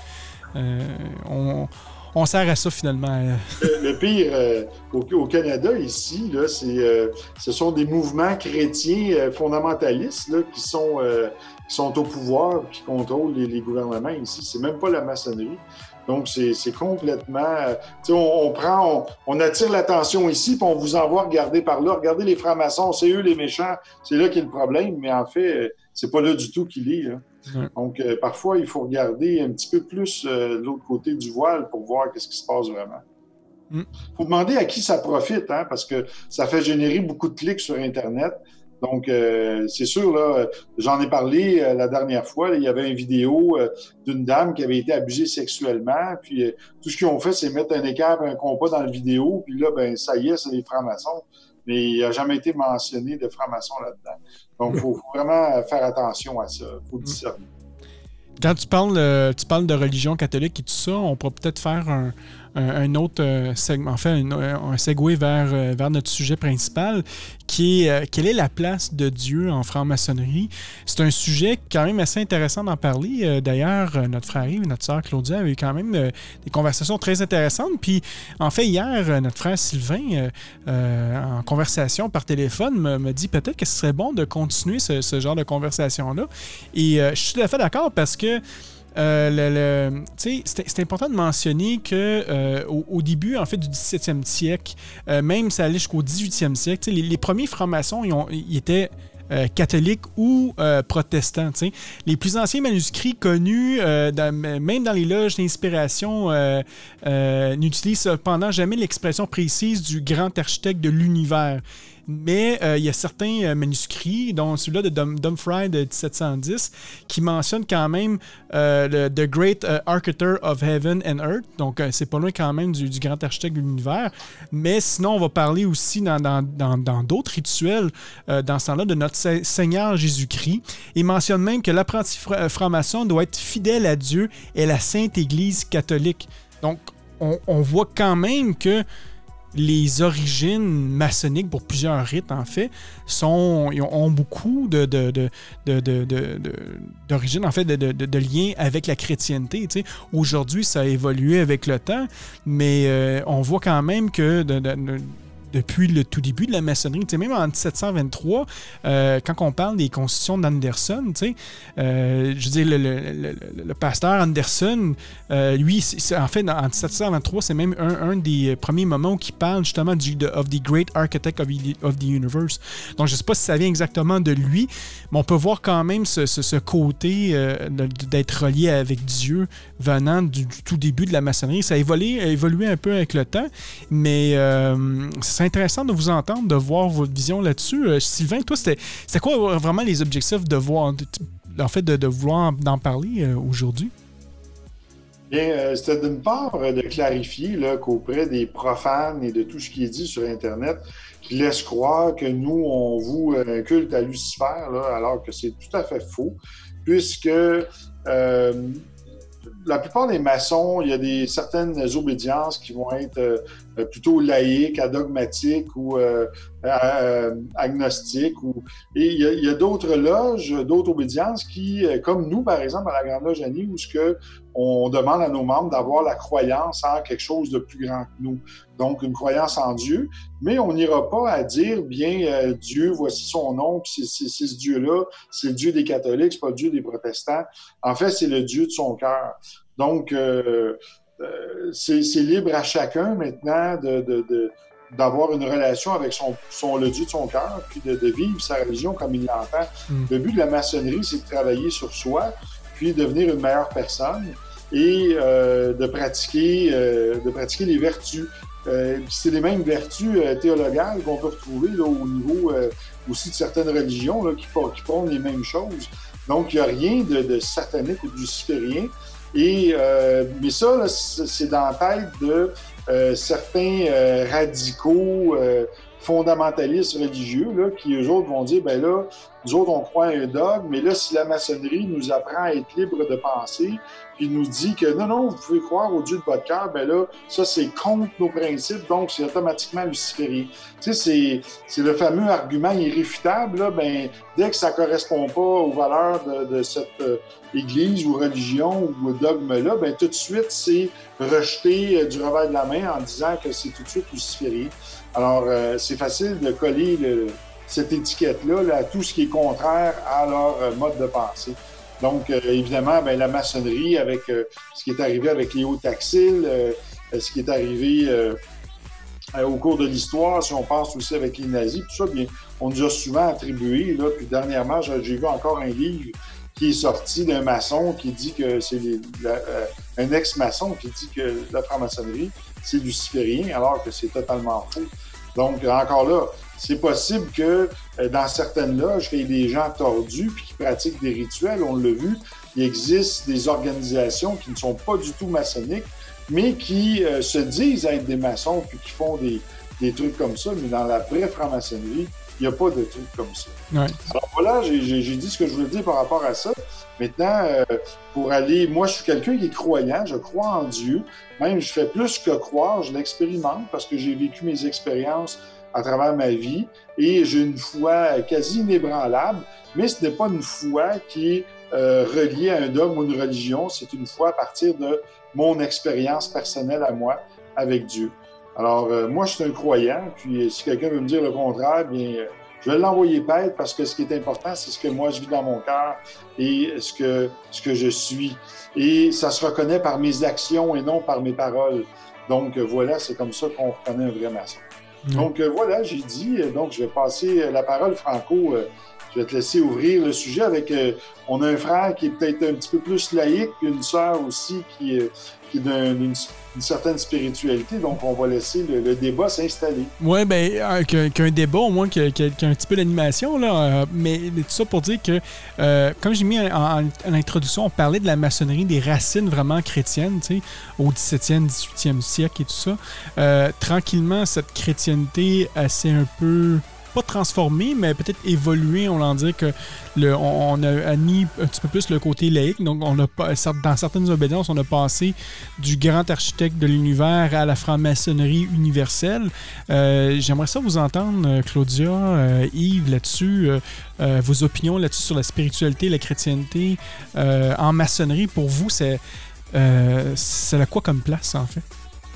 Euh, on, on sert à ça, finalement. Le, le pire, euh, au, au Canada, ici, là, c'est, euh, ce sont des mouvements chrétiens euh, fondamentalistes là, qui, sont, euh, qui sont au pouvoir et qui contrôlent les, les gouvernements ici. C'est même pas la maçonnerie. Donc, c'est, c'est complètement... Euh, tu sais, on, on prend... On, on attire l'attention ici, puis on vous envoie regarder par là. Regardez les francs-maçons, c'est eux les méchants. C'est là qu'est le problème, mais en fait, euh, c'est pas là du tout qu'il est. Là. Ouais. Donc, euh, parfois, il faut regarder un petit peu plus euh, de l'autre côté du voile pour voir qu'est-ce qui se passe vraiment. Il mm. faut demander à qui ça profite, hein, parce que ça fait générer beaucoup de clics sur Internet. Donc, euh, c'est sûr, là, j'en ai parlé euh, la dernière fois, là, il y avait une vidéo euh, d'une dame qui avait été abusée sexuellement, puis euh, tout ce qu'ils ont fait, c'est mettre un écart, un compas dans la vidéo, puis là, ben ça y est, c'est les francs-maçons. Mais il n'a jamais été mentionné de francs-maçons là-dedans. Donc, il faut, faut vraiment faire attention à ça. Il faut discerner. Quand tu parles, euh, tu parles de religion catholique et tout ça, on pourrait peut-être faire un, un, un autre euh, segment, enfin, un, un segue vers, euh, vers notre sujet principal, qui est euh, quelle est la place de Dieu en franc-maçonnerie. C'est un sujet quand même assez intéressant d'en parler. Euh, d'ailleurs, euh, notre frère Yves et notre sœur Claudia avaient eu quand même euh, des conversations très intéressantes. Puis, en fait, hier, euh, notre frère Sylvain, euh, euh, en conversation par téléphone, me, me dit peut-être que ce serait bon de continuer ce, ce genre de conversation-là. Et euh, je suis tout à fait d'accord parce que Euh, le, le, c'est, c'est important de mentionner que euh, au, au début en fait du dix-septième siècle, euh, même ça allait jusqu'au dix-huitième siècle, les, les premiers francs-maçons ils, ont, ils étaient euh, catholiques ou euh, protestants. T'sais. Les plus anciens manuscrits connus, euh, dans, même dans les loges d'inspiration, euh, euh, n'utilisent cependant jamais l'expression précise du grand architecte de l'univers. Mais euh, il y a certains euh, manuscrits, dont celui-là de Dum- Dumfries de dix-sept cent dix, qui mentionne quand même euh, le The Great uh, Architect of Heaven and Earth. Donc, euh, c'est pas loin quand même du, du grand architecte de l'univers. Mais sinon, on va parler aussi dans, dans, dans, dans d'autres rituels, euh, dans ce temps-là, de notre Seigneur Jésus-Christ. Il mentionne même que l'apprenti fra- franc-maçon doit être fidèle à Dieu et la Sainte Église catholique. Donc, on, on voit quand même que les origines maçonniques, pour plusieurs rites, en fait, sont, ont beaucoup de, de, de, de, de, de, de, d'origine, en fait, de, de, de liens avec la chrétienté. Tu sais. Aujourd'hui, ça a évolué avec le temps, mais euh, on voit quand même que de, de, de, depuis le tout début de la maçonnerie, tu sais, même en dix-sept cent vingt-trois, euh, quand on parle des constitutions d'Anderson, tu sais, euh, je veux dire, le, le, le, le pasteur Anderson, euh, lui, c'est, c'est, en fait, en dix-sept cent vingt-trois, c'est même un, un des premiers moments où il parle justement du de, of the Great Architect of the, of the Universe. Donc, je ne sais pas si ça vient exactement de lui, mais on peut voir quand même ce, ce, ce côté euh, de, d'être relié avec Dieu venant du, du tout début de la maçonnerie. Ça a évolué, a évolué un peu avec le temps, mais euh, c'est intéressant de vous entendre, de voir votre vision là-dessus. Euh, Sylvain, toi, c'était, c'était quoi vraiment les objectifs de voir, de, en fait, de, de vouloir en parler euh, aujourd'hui? Bien, euh, c'était d'une part euh, de clarifier là, qu'auprès des profanes et de tout ce qui est dit sur Internet, qui laissent croire que nous, on voue un culte à Lucifer, là, alors que c'est tout à fait faux, puisque euh, la plupart des maçons, il y a des certaines obédiences qui vont être euh, plutôt laïques, adogmatiques ou euh, euh, agnostiques. Ou... Et il y, a, il y a d'autres loges, d'autres obédiences qui, comme nous, par exemple, à la Grande Loge Annie, où ce que on demande à nos membres d'avoir la croyance en quelque chose de plus grand que nous. Donc, une croyance en Dieu, mais on n'ira pas à dire, bien, euh, Dieu, voici son nom, puis c'est, c'est, c'est ce Dieu-là, c'est le Dieu des catholiques, c'est pas le Dieu des protestants. En fait, c'est le Dieu de son cœur. Donc, euh, euh, c'est, c'est libre à chacun maintenant de, de, de, d'avoir une relation avec son, son, le Dieu de son cœur, puis de, de vivre sa religion comme il l'entend. Mm. Le but de la maçonnerie, c'est de travailler sur soi, puis devenir une meilleure personne et euh, de pratiquer, euh, de pratiquer les vertus. Euh, c'est les mêmes vertus euh, théologales qu'on peut retrouver là, au niveau euh, aussi de certaines religions là, qui, qui prônent les mêmes choses. Donc, il n'y a rien de, de satanique ou de luciférien. Et, euh, mais ça, là, c'est dans la tête de euh, certains euh, radicaux euh, fondamentalistes religieux, là, qui eux autres vont dire, ben là, nous autres, on croit à un dogme, mais là, si la maçonnerie nous apprend à être libre de penser, puis nous dit que non, non, vous pouvez croire au Dieu de votre cœur, ben là, ça, c'est contre nos principes, donc c'est automatiquement luciférien. Tu sais, c'est, c'est le fameux argument irréfutable, là, ben, dès que ça correspond pas aux valeurs de, de cette euh, église ou religion ou dogme-là, ben, tout de suite, c'est rejeté euh, du revers de la main en disant que c'est tout de suite luciférien. Alors, euh, c'est facile de coller le, cette étiquette-là là, à tout ce qui est contraire à leur euh, mode de pensée. Donc, euh, évidemment, ben, la maçonnerie, avec euh, ce qui est arrivé avec Léo Taxil, euh, ce qui est arrivé euh, au cours de l'histoire, si on pense aussi avec les nazis, tout ça, bien, on nous a souvent attribué, là, puis dernièrement, j'ai, j'ai vu encore un livre qui est sorti d'un maçon qui dit que c'est les, la, euh, un ex-maçon qui dit que la franc-maçonnerie, c'est luciférien, alors que c'est totalement faux. Donc, encore là, c'est possible que euh, dans certaines loges, il y ait des gens tordus puis qui pratiquent des rituels. On l'a vu, il existe des organisations qui ne sont pas du tout maçonniques, mais qui euh, se disent être des maçons puis qui font des, des trucs comme ça. Mais dans la vraie franc-maçonnerie, il n'y a pas de trucs comme ça. Ouais. Alors voilà, j'ai, j'ai, j'ai dit ce que je voulais dire par rapport à ça. Maintenant, euh, pour aller... Moi, je suis quelqu'un qui est croyant, je crois en Dieu. Même, je fais plus que croire, je l'expérimente parce que j'ai vécu mes expériences à travers ma vie et j'ai une foi quasi inébranlable, mais ce n'est pas une foi qui est euh, reliée à un dogme ou une religion, c'est une foi à partir de mon expérience personnelle à moi avec Dieu. Alors, euh, moi, je suis un croyant, puis si quelqu'un veut me dire le contraire, bien, je vais l'envoyer paître parce que ce qui est important, c'est ce que moi, je vis dans mon cœur et ce que, ce que je suis. Et ça se reconnaît par mes actions et non par mes paroles. Donc, voilà, c'est comme ça qu'on reconnaît un vrai maçon. Mmh. Donc, euh, voilà, j'ai dit. Donc, je vais passer la parole, Franco. Euh, je vais te laisser ouvrir le sujet avec... Euh, on a un frère qui est peut-être un petit peu plus laïque, puis une sœur aussi qui, euh, qui est d'un, d'une, d'une certaine spiritualité. Donc, on va laisser le, le débat s'installer. Oui, bien, euh, qu'un, qu'un débat, au moins, qu'il y a un petit peu d'animation, là. Euh, mais, mais tout ça pour dire que, euh, comme j'ai mis en, en, en introduction, on parlait de la maçonnerie, des racines vraiment chrétiennes, tu sais, au dix-septième, dix-huitième siècle et tout ça. Euh, tranquillement, cette chrétienté, elle s'est un peu... pas transformé, mais peut-être évolué, on va dire que le, on, on a mis un petit peu plus le côté laïque. Donc, on a dans certaines obédiences, on a passé du grand architecte de l'univers à la franc-maçonnerie universelle. Euh, j'aimerais ça vous entendre, Claudia, euh, Yves, là-dessus, euh, euh, vos opinions là-dessus sur la spiritualité, la chrétienté euh, en maçonnerie. Pour vous, c'est, euh, c'est à quoi comme place, en fait?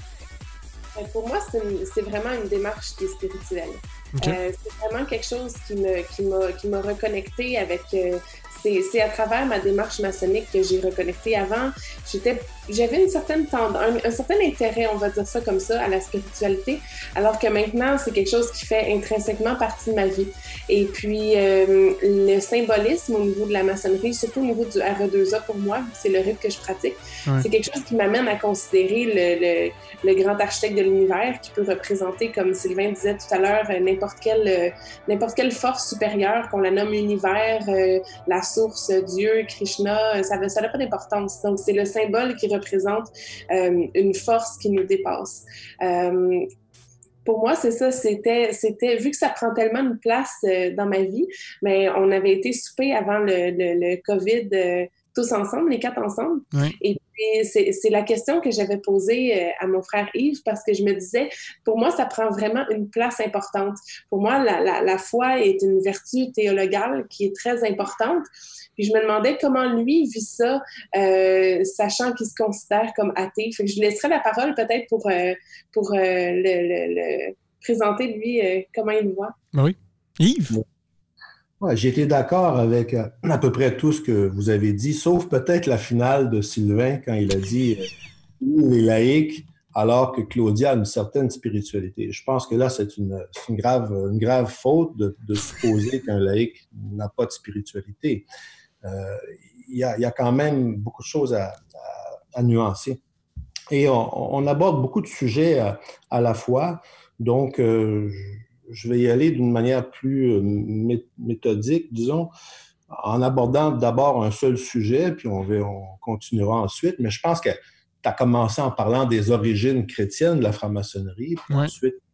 Pour moi, c'est, une, c'est vraiment une démarche qui est spirituelle. Okay. Euh, c'est vraiment quelque chose qui, me, qui, m'a, qui m'a reconnecté avec... Euh, c'est, c'est à travers ma démarche maçonnique que j'ai reconnecté. Avant, j'étais, j'avais une certaine tendance, un, un certain intérêt, on va dire ça comme ça, à la spiritualité, alors que maintenant, c'est quelque chose qui fait intrinsèquement partie de ma vie. Et puis, euh, le symbolisme au niveau de la maçonnerie, surtout au niveau du R E deux A pour moi, c'est le rite que je pratique, ouais. C'est quelque chose qui m'amène à considérer le, le, le grand architecte de l'univers qui peut représenter, comme Sylvain disait tout à l'heure, n'importe quelle, n'importe quelle force supérieure, qu'on la nomme univers, euh, la source, Dieu, Krishna, ça n'a ça pas d'importance. Donc, c'est le symbole qui représente euh, une force qui nous dépasse. Euh, Pour moi, c'est ça, c'était, c'était, vu que ça prend tellement de place euh, dans ma vie, mais on avait été souper avant le, le, le COVID euh, tous ensemble, les quatre ensemble. Oui. Et puis, c'est, c'est la question que j'avais posée euh, à mon frère Yves parce que je me disais, pour moi, ça prend vraiment une place importante. Pour moi, la, la, la foi est une vertu théologale qui est très importante. Puis je me demandais comment lui vit ça, euh, sachant qu'il se considère comme athée. Fait que je lui laisserai la parole peut-être pour, euh, pour euh, le, le, le présenter, lui, euh, comment il le voit. Oui. Yves? Ouais, j'ai été d'accord avec euh, à peu près tout ce que vous avez dit, sauf peut-être la finale de Sylvain quand il a dit euh, il est laïque alors que Claudia a une certaine spiritualité. Je pense que là, c'est une, c'est une, grave, une grave faute de, de supposer qu'un laïque n'a pas de spiritualité. Il euh, y, y a quand même beaucoup de choses à, à, à nuancer. Et on, on aborde beaucoup de sujets à, à la fois. Donc, euh, je vais y aller d'une manière plus méthodique, disons, en abordant d'abord un seul sujet, puis on, va, on continuera ensuite. Mais je pense que tu as commencé en parlant des origines chrétiennes de la franc-maçonnerie, puis ouais. Ensuite,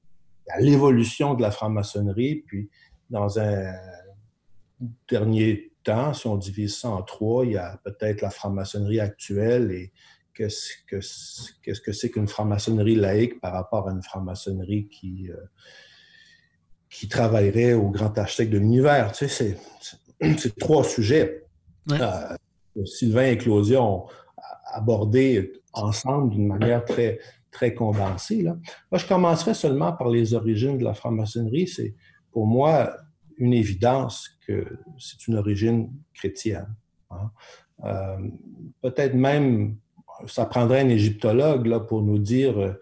à l'évolution de la franc-maçonnerie, puis dans un dernier temps, si on divise ça en trois, il y a peut-être la franc-maçonnerie actuelle et qu'est-ce que, qu'est-ce que c'est qu'une franc-maçonnerie laïque par rapport à une franc-maçonnerie qui, euh, qui travaillerait au grand architecte de l'univers. Tu sais, c'est, c'est, c'est trois sujets. Oui. Euh, Sylvain et Claudia ont abordé ensemble d'une manière très, très condensée. Là. Moi, je commencerai seulement par les origines de la franc-maçonnerie. C'est pour moi une évidence que c'est une origine chrétienne. Hein. Euh, peut-être même, ça prendrait un égyptologue là, pour nous dire euh,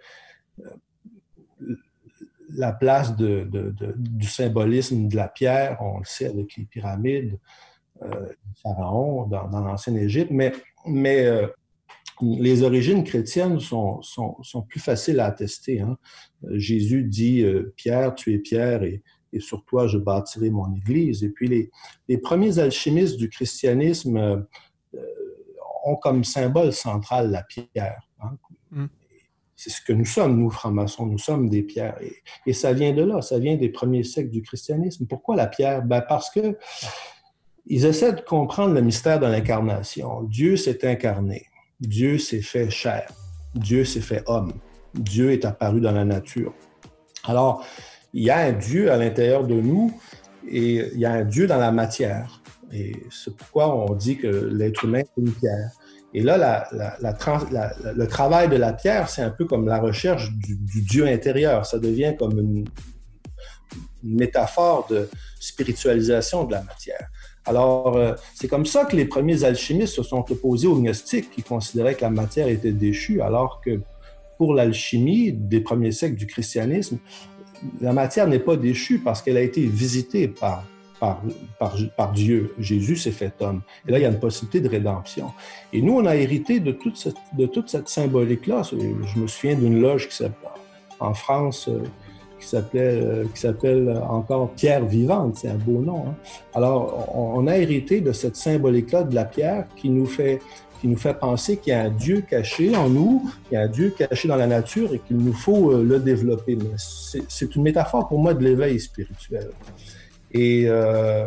la place de, de, de, du symbolisme de la pierre, on le sait avec les pyramides, euh, les pharaons dans, dans l'ancienne Égypte, mais, mais euh, les origines chrétiennes sont, sont, sont plus faciles à attester. Hein. Jésus dit euh, « Pierre, tu es Pierre et, et sur toi je bâtirai mon Église ». Et puis les, les premiers alchimistes du christianisme euh, ont comme symbole central la pierre. Hein. Mm. C'est ce que nous sommes, nous, francs-maçons, nous sommes des pierres. Et, et ça vient de là, ça vient des premiers siècles du christianisme. Pourquoi la pierre? Ben parce que ils essaient de comprendre le mystère de l'incarnation. Dieu s'est incarné, Dieu s'est fait chair, Dieu s'est fait homme, Dieu est apparu dans la nature. Alors, il y a un Dieu à l'intérieur de nous et il y a un Dieu dans la matière. Et c'est pourquoi on dit que l'être humain est une pierre. Et là, la, la, la trans, la, le travail de la pierre, c'est un peu comme la recherche du, du Dieu intérieur. Ça devient comme une, une métaphore de spiritualisation de la matière. Alors, euh, c'est comme ça que les premiers alchimistes se sont opposés aux gnostiques qui considéraient que la matière était déchue, alors que pour l'alchimie des premiers siècles du christianisme, la matière n'est pas déchue parce qu'elle a été visitée par Par, par, par Dieu. Jésus s'est fait homme. Et là, il y a une possibilité de rédemption. Et nous, on a hérité de toute cette, de toute cette symbolique-là. Je me souviens d'une loge qui s'appelle, en France euh, qui s'appelait, euh, qui s'appelle encore Pierre Vivante. C'est un beau nom. Hein? Alors, on, on a hérité de cette symbolique-là de la pierre qui nous fait, qui nous fait penser qu'il y a un Dieu caché en nous, qu'il y a un Dieu caché dans la nature et qu'il nous faut euh, le développer. Mais c'est, c'est une métaphore pour moi de l'éveil spirituel. Et euh,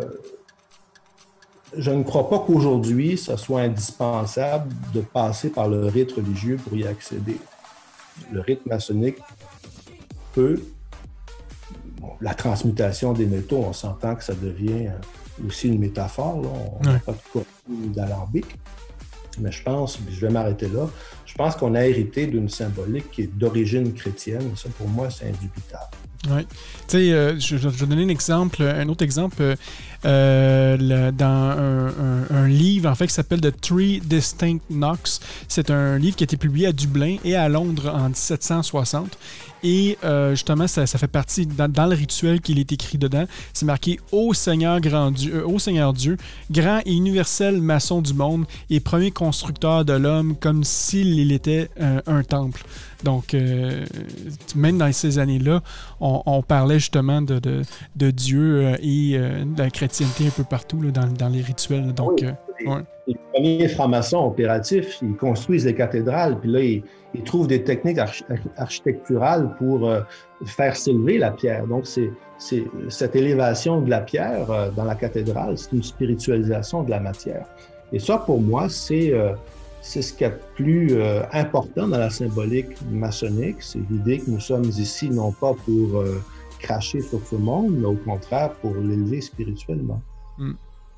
je ne crois pas qu'aujourd'hui, ça soit indispensable de passer par le rite religieux pour y accéder. Le rite maçonnique peut, bon, la transmutation des métaux, on s'entend que ça devient aussi une métaphore, là. On n'a ouais. pas de quoi d'alambic. Mais je pense, je vais m'arrêter là, je pense qu'on a hérité d'une symbolique qui est d'origine chrétienne. Ça, pour moi, c'est indubitable. Oui. Tu sais, euh, je, je vais donner un exemple, un autre exemple euh, le, dans un, un, un livre en fait qui s'appelle The Three Distinct Knocks. C'est un livre qui a été publié à Dublin et à Londres en dix-sept cent soixante. Et euh, justement, ça, ça fait partie, dans, dans le rituel qu'il est écrit dedans, c'est marqué « Ô Seigneur, grand Dieu, euh, ô Seigneur Dieu, grand et universel maçon du monde et premier constructeur de l'homme, comme s'il était euh, un temple. » Donc, euh, même dans ces années-là, on, on parlait justement de, de, de Dieu euh, et euh, de la chrétienté un peu partout là, dans, dans les rituels. Donc, oui, euh, les, ouais. les premiers francs-maçons opératifs, ils construisent des cathédrales, puis là, ils, ils trouvent des techniques arch- architecturales pour euh, faire s'élever la pierre. Donc, c'est, c'est cette élévation de la pierre euh, dans la cathédrale, c'est une spiritualisation de la matière. Et ça, pour moi, c'est... Euh, C'est ce qu'il y a de plus euh, important dans la symbolique maçonnique, c'est l'idée que nous sommes ici non pas pour euh, cracher sur tout le monde, mais au contraire pour l'élever spirituellement. Mm.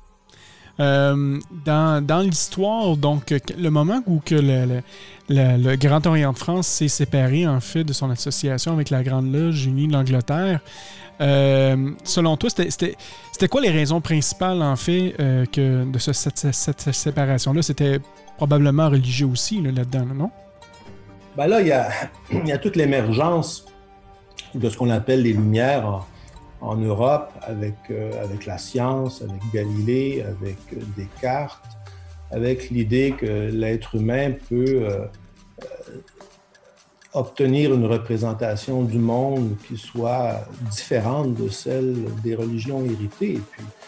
Euh, dans, dans l'histoire, donc, le moment où que le, le, le, le Grand Orient de France s'est séparé, en fait, de son association avec la Grande Loge unie de l'Angleterre, euh, selon toi, c'était, c'était, c'était quoi les raisons principales, en fait, euh, que de ce, cette, cette, cette séparation-là? C'était probablement religieux aussi, là, là-dedans, non? Ben là, il y a, il y a toute l'émergence de ce qu'on appelle les Lumières en, en Europe, avec, euh, avec la science, avec Galilée, avec euh, Descartes, avec l'idée que l'être humain peut euh, euh, obtenir une représentation du monde qui soit différente de celle des religions héritées. Et puis,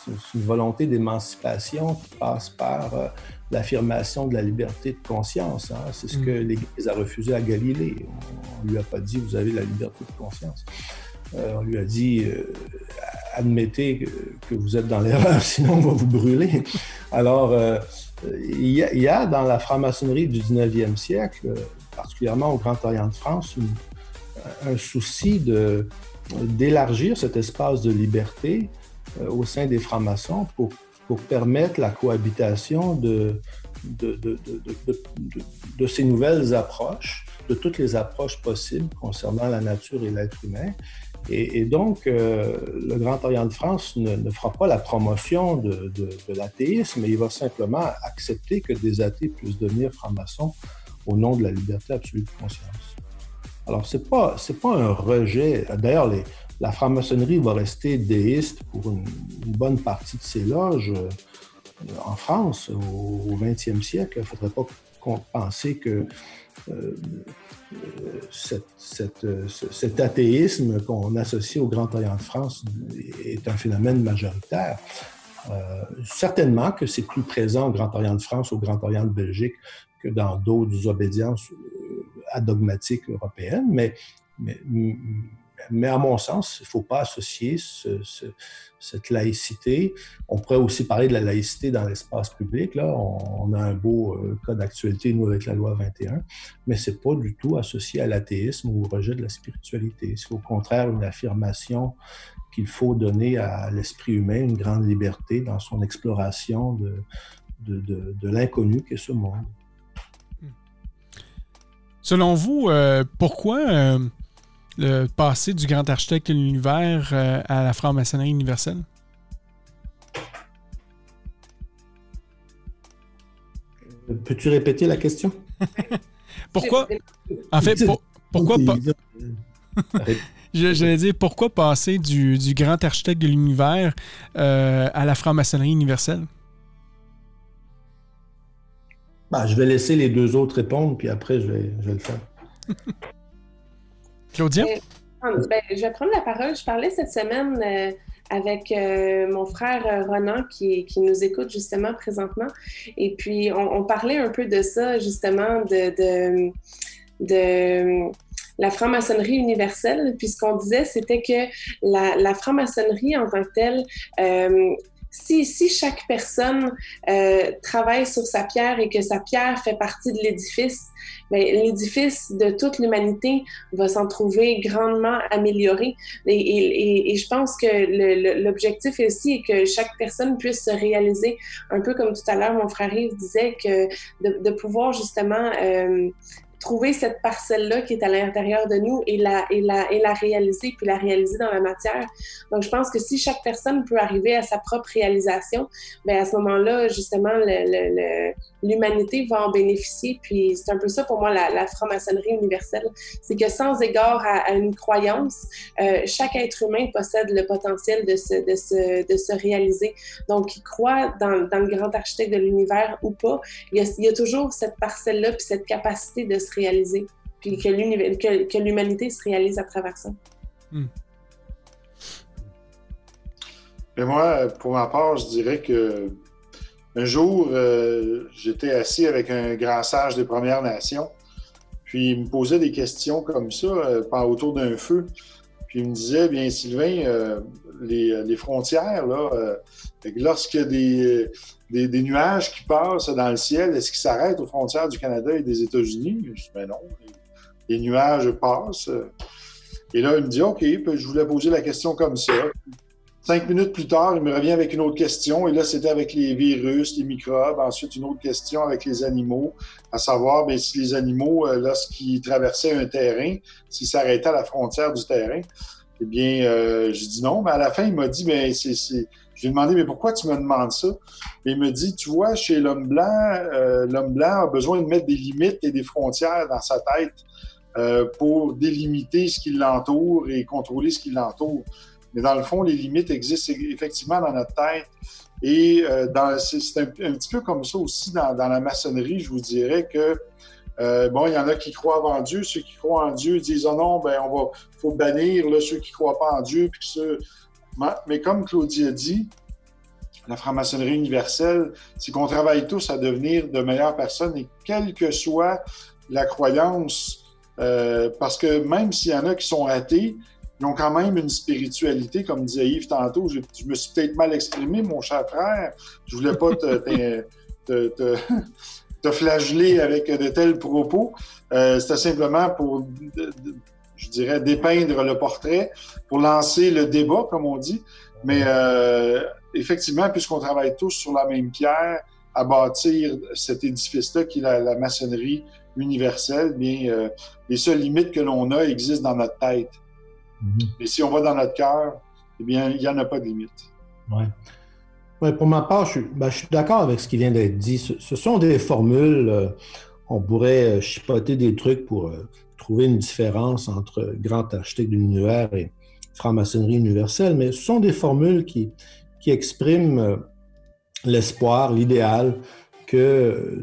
c'est une volonté d'émancipation qui passe par euh, l'affirmation de la liberté de conscience. Hein. C'est ce que l'Église a refusé à Galilée. On ne lui a pas dit « vous avez la liberté de conscience ». Euh, on lui a dit euh, « admettez que, que vous êtes dans l'erreur, sinon on va vous brûler ». Alors, euh, il, y a, il y a dans la franc-maçonnerie du dix-neuvième siècle, particulièrement au Grand Orient de France, une, un souci de, d'élargir cet espace de liberté euh, au sein des francs-maçons pour, pour permettre la cohabitation de, de, de, de, de, de, de, de ces nouvelles approches, de toutes les approches possibles concernant la nature et l'être humain. Et, et donc, euh, le Grand Orient de France ne, ne fera pas la promotion de, de, de l'athéisme, mais il va simplement accepter que des athées puissent devenir francs-maçons au nom de la liberté absolue de conscience. Alors, ce n'est pas, c'est pas un rejet. D'ailleurs, les, la franc-maçonnerie va rester déiste pour une, une bonne partie de ses loges euh, en France au vingtième siècle. Il ne faudrait pas penser que euh, Cette, cette, cet athéisme qu'on associe au Grand Orient de France est un phénomène majoritaire. Euh, certainement que c'est plus présent au Grand Orient de France, au Grand Orient de Belgique, que dans d'autres obédiences adogmatiques européennes, mais, mais, mais à mon sens, il ne faut pas associer ce, ce, cette laïcité. On pourrait aussi parler de la laïcité dans l'espace public. Là, on, on a un beau euh, cas d'actualité, nous, avec la loi vingt et un, mais ce n'est pas du tout associé à l'athéisme ou au rejet de la spiritualité. C'est au contraire une affirmation qu'il faut donner à l'esprit humain une grande liberté dans son exploration de, de, de, de l'inconnu qu'est ce monde. Selon vous, euh, pourquoi euh, le passé du grand architecte de l'univers euh, à la franc-maçonnerie universelle? Peux-tu répéter la question? Pourquoi? En fait, pour, pourquoi pas... J'allais dire, pourquoi passer du, du grand architecte de l'univers euh, à la franc-maçonnerie universelle? Ben, je vais laisser les deux autres répondre, puis après, je vais, je vais le faire. Claudia? Euh, ben, je vais prendre la parole. Je parlais cette semaine euh, avec euh, mon frère euh, Ronan qui, qui nous écoute justement présentement. Et puis, on, on parlait un peu de ça, justement, de, de, de la franc-maçonnerie universelle. Puis, ce qu'on disait, c'était que la, la franc-maçonnerie en tant que telle... Euh, Si, si chaque personne euh, travaille sur sa pierre et que sa pierre fait partie de l'édifice, bien, l'édifice de toute l'humanité va s'en trouver grandement amélioré. Et, et, et je pense que le, le, l'objectif ici est que chaque personne puisse se réaliser, un peu comme tout à l'heure, mon frère Yves disait, que de, de pouvoir justement... Euh, trouver cette parcelle-là qui est à l'intérieur de nous et la, et, la, et la réaliser, puis la réaliser dans la matière. Donc, je pense que si chaque personne peut arriver à sa propre réalisation, bien, à ce moment-là, justement, le, le, le, l'humanité va en bénéficier. Puis, c'est un peu ça, pour moi, la, la franc-maçonnerie universelle. C'est que sans égard à, à une croyance, euh, chaque être humain possède le potentiel de se, de se, de se réaliser. Donc, qu'il croit dans, dans le grand architecte de l'univers ou pas, il y a, il y a toujours cette parcelle-là, puis cette capacité de se réaliser, puis que, que, que l'humanité se réalise à travers ça. Hmm. Mais moi, pour ma part, je dirais que un jour, euh, j'étais assis avec un grand sage des Premières Nations, puis il me posait des questions comme ça, euh, autour d'un feu. Puis il me disait, bien Sylvain, euh, les, les frontières, là, euh, lorsqu'il y a des, des, des nuages qui passent dans le ciel, est-ce qu'ils s'arrêtent aux frontières du Canada et des États-Unis? Je dis, ben non, les, les nuages passent. Et là, il me dit, OK, puis je voulais poser la question comme ça. Cinq minutes plus tard, il me revient avec une autre question, et là, c'était avec les virus, les microbes. Ensuite, une autre question avec les animaux, à savoir bien, si les animaux, lorsqu'ils traversaient un terrain, s'ils s'arrêtaient à la frontière du terrain. Eh bien, euh, j'ai dit non, mais à la fin, il m'a dit, bien, c'est, c'est... je lui ai demandé, mais pourquoi tu me demandes ça? Et il me dit, tu vois, chez l'homme blanc, euh, l'homme blanc a besoin de mettre des limites et des frontières dans sa tête euh, pour délimiter ce qui l'entoure et contrôler ce qui l'entoure. Mais dans le fond, les limites existent effectivement dans notre tête. Et euh, dans, c'est, c'est un, un petit peu comme ça aussi dans, dans la maçonnerie, je vous dirais que, euh, bon, il y en a qui croient en Dieu. Ceux qui croient en Dieu disent, oh non, ben on va, faut bannir là, ceux qui ne croient pas en Dieu. Puis ceux... Mais comme Claudia dit, la franc-maçonnerie universelle, c'est qu'on travaille tous à devenir de meilleures personnes et quelle que soit la croyance, euh, parce que même s'il y en a qui sont athées, ils ont quand même une spiritualité, comme disait Yves tantôt. Je, je me suis peut-être mal exprimé, mon cher frère. Je voulais pas te, te, te, te, te flageller avec de tels propos. Euh, c'était simplement pour, de, de, je dirais, dépeindre le portrait, pour lancer le débat, comme on dit. Mais euh, effectivement, puisqu'on travaille tous sur la même pierre à bâtir cet édifice-là qui est la, la maçonnerie universelle, bien, euh, les seules limites que l'on a existent dans notre tête. Mm-hmm. Et si on va dans notre cœur, eh bien, il n'y en a pas de limite. Oui. Ouais, pour ma part, je suis, ben, je suis d'accord avec ce qui vient d'être dit. Ce, ce sont des formules, euh, on pourrait chipoter des trucs pour euh, trouver une différence entre grand architecte de l'univers et franc-maçonnerie universelle, mais ce sont des formules qui, qui expriment euh, l'espoir, l'idéal que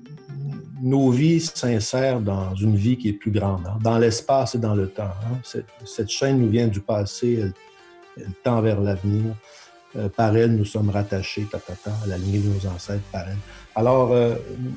nos vies s'insèrent dans une vie qui est plus grande, hein, dans l'espace et dans le temps. Hein. Cette, cette chaîne nous vient du passé, elle, elle tend vers l'avenir. Euh, par elle, nous sommes rattachés, ta, ta, ta, à la lignée de nos ancêtres, par elle. Alors, euh,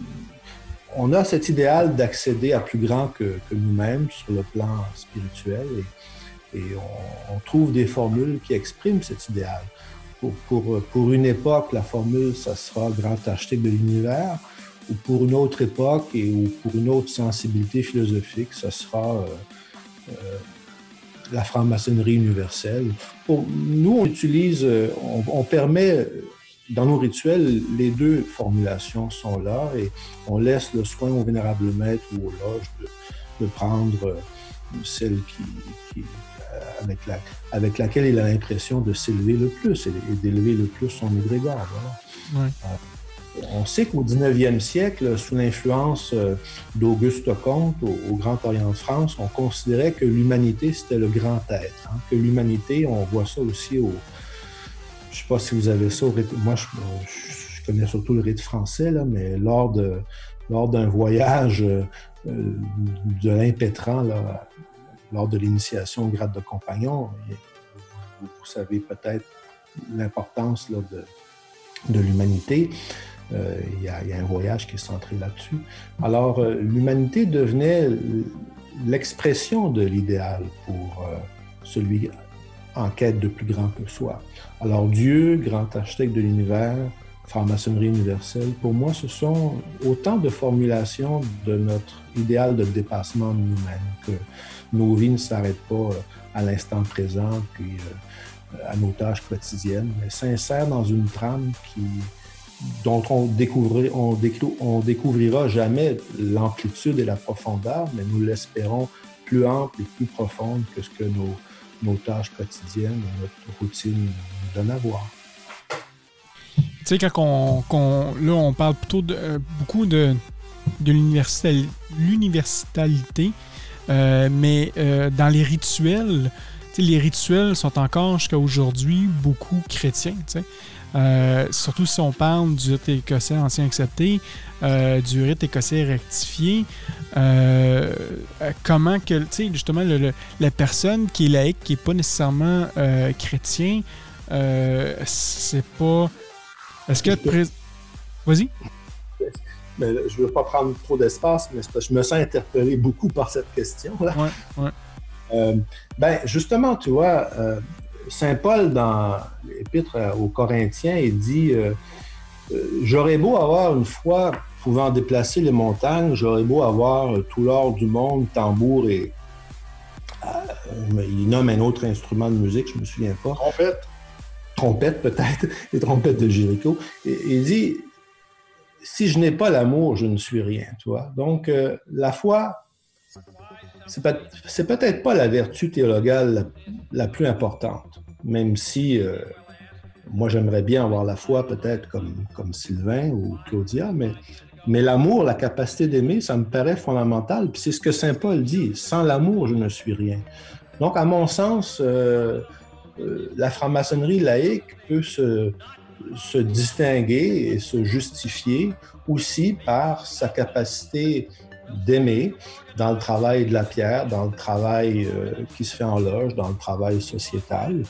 on a cet idéal d'accéder à plus grand que, que nous-mêmes sur le plan spirituel et Et on, on trouve des formules qui expriment cet idéal. Pour, pour, pour une époque, la formule, ça sera grand architecte de l'univers, ou pour une autre époque et ou pour une autre sensibilité philosophique, ça sera euh, euh, la franc-maçonnerie universelle. Pour nous, on utilise, on, on permet, dans nos rituels, les deux formulations sont là et on laisse le soin au vénérable maître ou aux loges de, de prendre celle qui... qui Avec, la, avec laquelle il a l'impression de s'élever le plus et, et d'élever le plus son égrégore. Voilà. Ouais. Euh, on sait qu'au dix-neuvième siècle, sous l'influence euh, d'Auguste Comte au, au Grand Orient de France, on considérait que l'humanité, c'était le grand être. Hein, que l'humanité, on voit ça aussi au... Je ne sais pas si vous avez ça au rite... Moi, je, je connais surtout le rite français, là, mais lors, de, lors d'un voyage euh, de l'impétrant, là, lors de l'initiation au grade de compagnon, vous, vous savez peut-être l'importance là, de, de l'humanité. Euh, il y a, il y a un voyage qui est centré là-dessus. Alors, euh, l'humanité devenait l'expression de l'idéal pour euh, celui en quête de plus grand que soi. Alors, Dieu, grand architecte de l'univers, franc-maçonnerie universelle, pour moi, ce sont autant de formulations de notre idéal de dépassement de nous-mêmes, que nos vies ne s'arrêtent pas à l'instant présent, puis à nos tâches quotidiennes, mais s'insèrent dans une trame qui, dont on, découvrir, on, décou, on découvrira jamais l'amplitude et la profondeur, mais nous l'espérons plus ample et plus profonde que ce que nos, nos tâches quotidiennes et notre routine nous donnent à voir. Tu sais, quand on, qu'on, là, on parle plutôt de, euh, beaucoup de, de l'universal, l'universalité, euh, mais euh, dans les rituels, tu sais, les rituels sont encore jusqu'à aujourd'hui beaucoup chrétiens, tu sais. Euh, surtout si on parle du rite écossais ancien accepté, euh, du rite écossais rectifié, euh, comment que, tu sais, justement, le, le, la personne qui est laïque, qui n'est pas nécessairement euh, chrétien, euh, c'est pas... Est-ce que... Pré... Vas-y. Mais je ne veux pas prendre trop d'espace, mais je me sens interpellé beaucoup par cette question-là. Ouais, ouais. Euh, ben, justement, tu vois, euh, Saint Paul, dans l'Épître aux Corinthiens, il dit euh, « J'aurais beau avoir une foi pouvant déplacer les montagnes, j'aurais beau avoir tout l'or du monde, tambour et... Euh, » il nomme un autre instrument de musique, je ne me souviens pas. Trompette. Trompette, peut-être, les trompettes de Jéricho. Et, il dit « Si je n'ai pas l'amour, je ne suis rien. » Tu vois? Donc, euh, la foi... C'est, peut- c'est peut-être pas la vertu théologale la, la plus importante, même si euh, moi j'aimerais bien avoir la foi peut-être comme, comme Sylvain ou Claudia, mais, mais l'amour, la capacité d'aimer, ça me paraît fondamental. Puis c'est ce que Saint Paul dit, sans l'amour, je ne suis rien. Donc à mon sens, euh, euh, la franc-maçonnerie laïque peut se, se distinguer et se justifier aussi par sa capacité d'aimer dans le travail de la pierre, dans le travail euh, qui se fait en loge, dans le travail sociétal.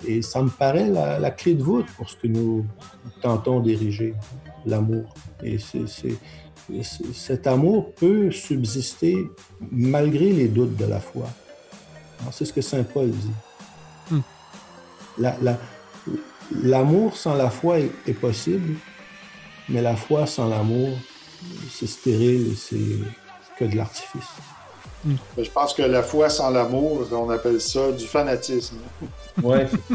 Et ça me paraît la, la clé de voûte pour ce que nous tentons d'ériger, l'amour. Et c'est, c'est, c'est, cet amour peut subsister malgré les doutes de la foi. Alors, c'est ce que saint Paul dit. Hmm. La, la, l'amour sans la foi est, est possible, mais la foi sans l'amour, c'est stérile, c'est que de l'artifice. Hmm. Je pense que la foi sans l'amour, on appelle ça du fanatisme. Oui.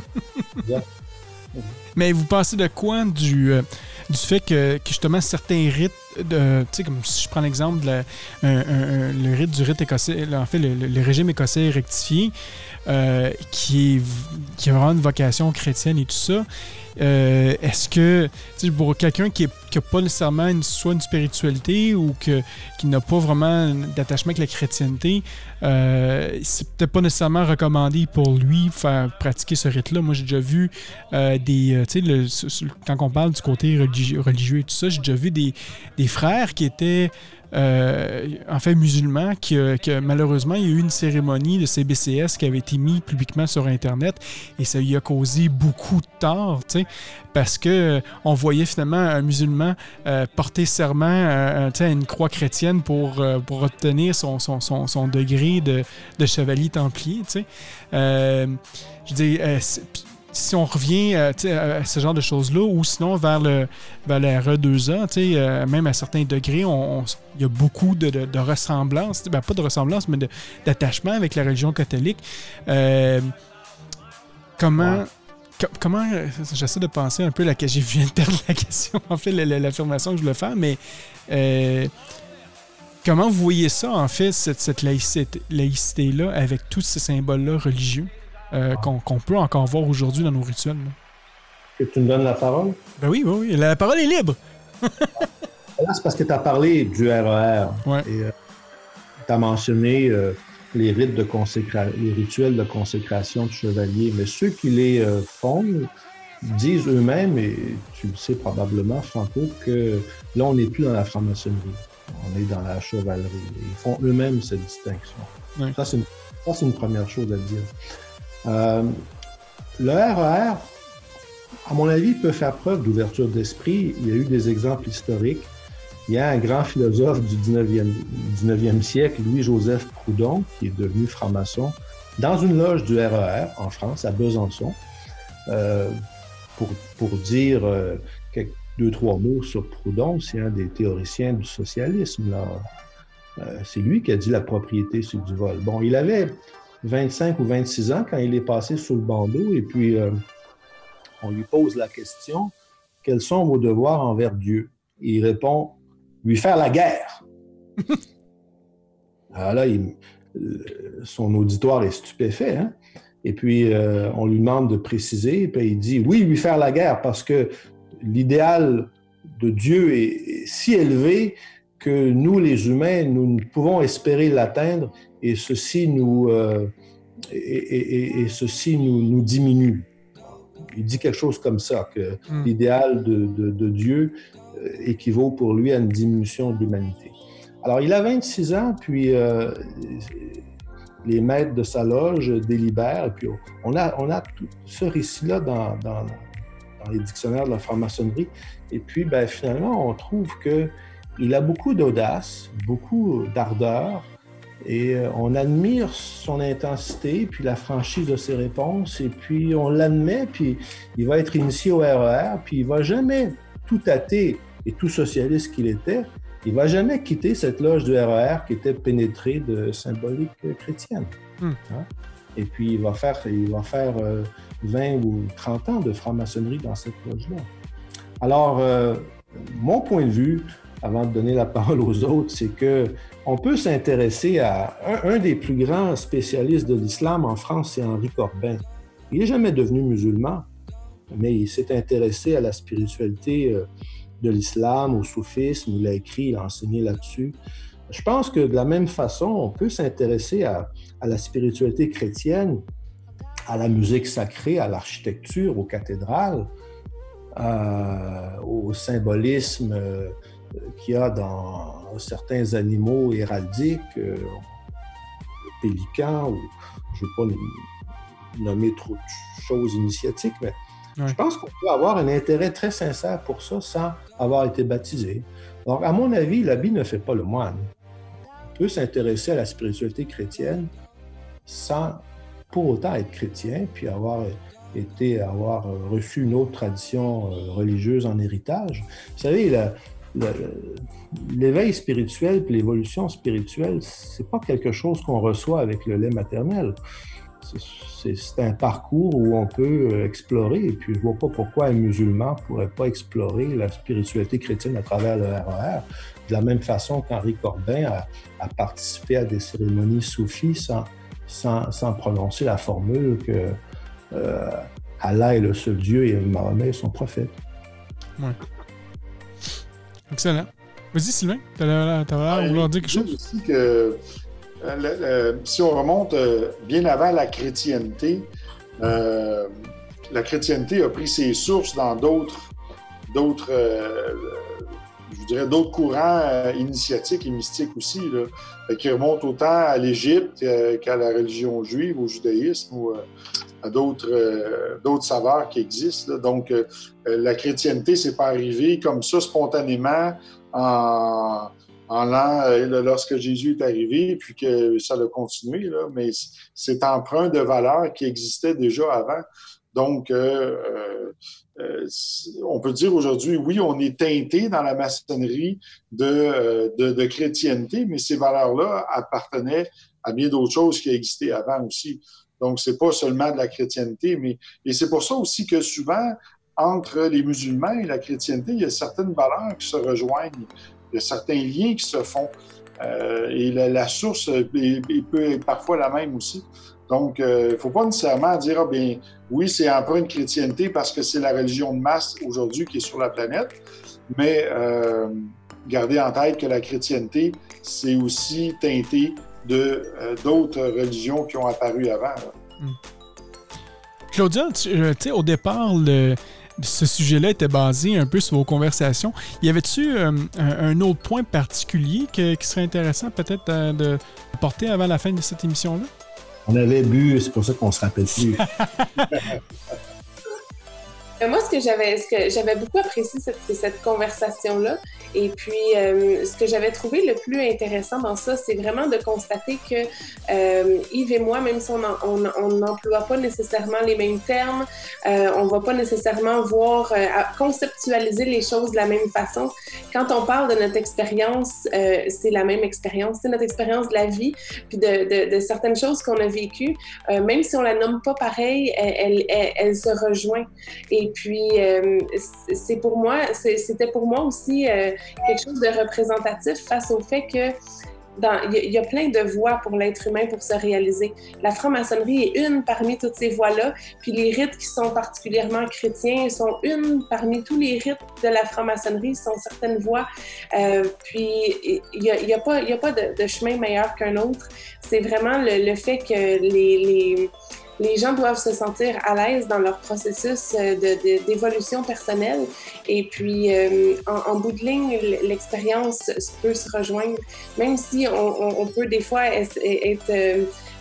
Mais vous pensez de quoi du, euh, du fait que, que justement certains rites, de, tu sais, comme si je prends l'exemple de la, un, un, le rite du rite écossais, en fait le, le régime écossais rectifié, euh, qui, est, qui a vraiment une vocation chrétienne et tout ça, euh, est-ce que, tu sais, pour quelqu'un qui n'a pas nécessairement une, soit une spiritualité ou que, qui n'a pas vraiment d'attachement avec la chrétienté, euh, c'est peut-être pas nécessairement recommandé pour lui faire pratiquer ce rite-là. Moi, j'ai déjà vu euh, des, tu sais, quand on parle du côté religieux, religieux et tout ça, j'ai déjà vu des, des frères qui étaient Euh, en fait musulmans, que, que malheureusement, il y a eu une cérémonie de C B C S qui avait été mise publiquement sur Internet et ça lui a causé beaucoup de tort, tu sais, parce que euh, on voyait finalement un musulman euh, porter serment à, à une croix chrétienne pour, euh, pour obtenir son, son, son, son degré de, de chevalier templier, tu sais. Euh, je dis, euh, si on revient euh, à ce genre de choses-là, ou sinon vers le vers la R E deux A, euh, même à certains degrés, il y a beaucoup de, de, de ressemblances, ben, pas de ressemblances, mais de, d'attachement avec la religion catholique. Euh, comment... Ouais. Co- comment... J'essaie de penser un peu, là, que j'ai viens de perdre la question, en fait, la, la, l'affirmation que je voulais faire, mais... Euh, comment vous voyez ça, en fait, cette, cette laïcité, laïcité-là, avec tous ces symboles-là religieux? Euh, qu'on, qu'on peut encore voir aujourd'hui dans nos rituels. Là. Que tu me donnes la parole? Ben oui, oui, oui. La parole est libre. Là, c'est parce que tu as parlé du R E R. Ouais. Et euh, tu as mentionné euh, les rites de consécration, les rituels de consécration de chevalier. Mais ceux qui les euh, font disent eux-mêmes, et tu le sais probablement, Franco, que là, on n'est plus dans la franc-maçonnerie. On est dans la chevalerie. Ils font eux-mêmes cette distinction. Ouais. Ça, c'est une, ça, c'est une première chose à dire. Euh, le R E R, à mon avis, peut faire preuve d'ouverture d'esprit. Il y a eu des exemples historiques. Il y a un grand philosophe du dix-neuvième siècle, Louis-Joseph Proudhon, qui est devenu franc-maçon, dans une loge du R E R en France, à Besançon, euh, pour, pour dire euh, quelques, deux, trois mots sur Proudhon. C'est un des théoriciens du socialisme, là. Euh, c'est lui qui a dit la propriété, c'est du vol. Bon, il avait vingt-cinq ou vingt-six ans quand il est passé sous le bandeau et puis euh, on lui pose la question « Quels sont vos devoirs envers Dieu? » Et il répond « Lui faire la guerre. » Alors là, il, son auditoire est stupéfait, hein? Et puis euh, on lui demande de préciser, et puis il dit « Oui, lui faire la guerre parce que l'idéal de Dieu est, est si élevé que nous, les humains, nous ne pouvons espérer l'atteindre et ceci nous, euh, et, et, et ceci nous, nous diminue. » Il dit quelque chose comme ça, que mm. l'idéal de, de, de Dieu euh, équivaut pour lui à une diminution de l'humanité. Alors, il a vingt-six ans, puis euh, les maîtres de sa loge délibèrent, et puis on a, on a tout ce récit-là dans, dans, dans les dictionnaires de la franc-maçonnerie, et puis ben, finalement, on trouve que il a beaucoup d'audace, beaucoup d'ardeur, et on admire son intensité, puis la franchise de ses réponses, et puis on l'admet, puis il va être initié au R E R, puis il ne va jamais, tout athée et tout socialiste qu'il était, il ne va jamais quitter cette loge du R E R qui était pénétrée de symbolique chrétienne. Mm. Hein? Et puis il va faire, il va faire euh, vingt ou trente ans de franc-maçonnerie dans cette loge-là. Alors, euh, mon point de vue, avant de donner la parole aux autres, c'est qu'on peut s'intéresser à un, un des plus grands spécialistes de l'islam en France, c'est Henri Corbin. Il n'est jamais devenu musulman, mais il s'est intéressé à la spiritualité de l'islam, au soufisme, il a écrit, il a enseigné là-dessus. Je pense que de la même façon, on peut s'intéresser à, à la spiritualité chrétienne, à la musique sacrée, à l'architecture, aux cathédrales, euh, au symbolisme euh, qu'il y a dans certains animaux héraldiques, euh, le pélican, ou je ne vais pas nommer trop de choses initiatiques, mais ouais. Je pense qu'on peut avoir un intérêt très sincère pour ça sans avoir été baptisé. Donc, à mon avis, l'habit ne fait pas le moine. On peut s'intéresser à la spiritualité chrétienne sans pour autant être chrétien, puis avoir été, avoir reçu une autre tradition religieuse en héritage. Vous savez, la, la, l'éveil spirituel puis l'évolution spirituelle, c'est pas quelque chose qu'on reçoit avec le lait maternel. C'est, c'est un parcours où on peut explorer, et puis je vois pas pourquoi un musulman pourrait pas explorer la spiritualité chrétienne à travers le R E R, de la même façon qu'Henri Corbin a, a participé à des cérémonies soufis sans, sans, sans prononcer la formule que euh, Allah est le seul Dieu et Mahomet est son prophète. Ouais. Excellent. Vas-y, Sylvain, tu as l'air de vouloir dire quelque chose? Aussi que, le, le, si on remonte euh, bien avant la chrétienté, euh, la chrétienté a pris ses sources dans d'autres, d'autres euh, je dirais, d'autres courants euh, initiatiques et mystiques aussi, là, qui remontent autant à l'Égypte euh, qu'à la religion juive, au judaïsme ou euh, à d'autres, euh, d'autres saveurs qui existent. Là. Donc, euh, la chrétienté, c'est pas arrivé comme ça spontanément en, en l'an, euh, lorsque Jésus est arrivé, puis que ça a continué, là, mais c'est emprunt de valeurs qui existait déjà avant. Donc, euh, euh, on peut dire aujourd'hui, oui, on est teinté dans la maçonnerie de, de, de chrétienté, mais ces valeurs-là appartenaient à bien d'autres choses qui existaient avant aussi. Donc, c'est pas seulement de la chrétienté, mais et c'est pour ça aussi que souvent, entre les musulmans et la chrétienté, il y a certaines valeurs qui se rejoignent, il y a certains liens qui se font, euh, et la, la source est, est, peut être parfois la même aussi. Donc, il euh, ne faut pas nécessairement dire, ah bien, oui, c'est emprunt de chrétienté parce que c'est la religion de masse aujourd'hui qui est sur la planète, mais euh, gardez en tête que la chrétienté, c'est aussi teinté de, euh, d'autres religions qui ont apparu avant. Hum. Claudia, tu sais, au départ, le, ce sujet-là était basé un peu sur vos conversations. Y avait-tu euh, un, un autre point particulier que, qui serait intéressant peut-être euh, de porter avant la fin de cette émission-là? On avait bu, c'est pour ça qu'on se rappelle plus. Moi, ce que j'avais, ce que j'avais beaucoup apprécié cette, cette conversation-là, et puis euh, ce que j'avais trouvé le plus intéressant dans ça, c'est vraiment de constater que euh, Yves et moi, même si on n'emploie pas nécessairement les mêmes termes, euh, on va pas nécessairement voir euh, conceptualiser les choses de la même façon. Quand on parle de notre expérience, euh, c'est la même expérience, c'est notre expérience de la vie, puis de, de, de certaines choses qu'on a vécues, euh, même si on la nomme pas pareil, elle, elle, elle se rejoint. Et Et puis, euh, c'est pour moi, c'est, c'était pour moi aussi euh, quelque chose de représentatif face au fait que il y, y a plein de voies pour l'être humain pour se réaliser. La franc-maçonnerie est une parmi toutes ces voies-là, puis les rites qui sont particulièrement chrétiens sont une parmi tous les rites de la franc-maçonnerie, sont certaines voies. Euh, puis, il n'y a, y a pas, y a pas de, de chemin meilleur qu'un autre. C'est vraiment le, le fait que les... les Les gens doivent se sentir à l'aise dans leur processus de, de, d'évolution personnelle. Et puis, euh, en, en bout de ligne, l'expérience peut se rejoindre, même si on, on, on peut des fois être, être euh,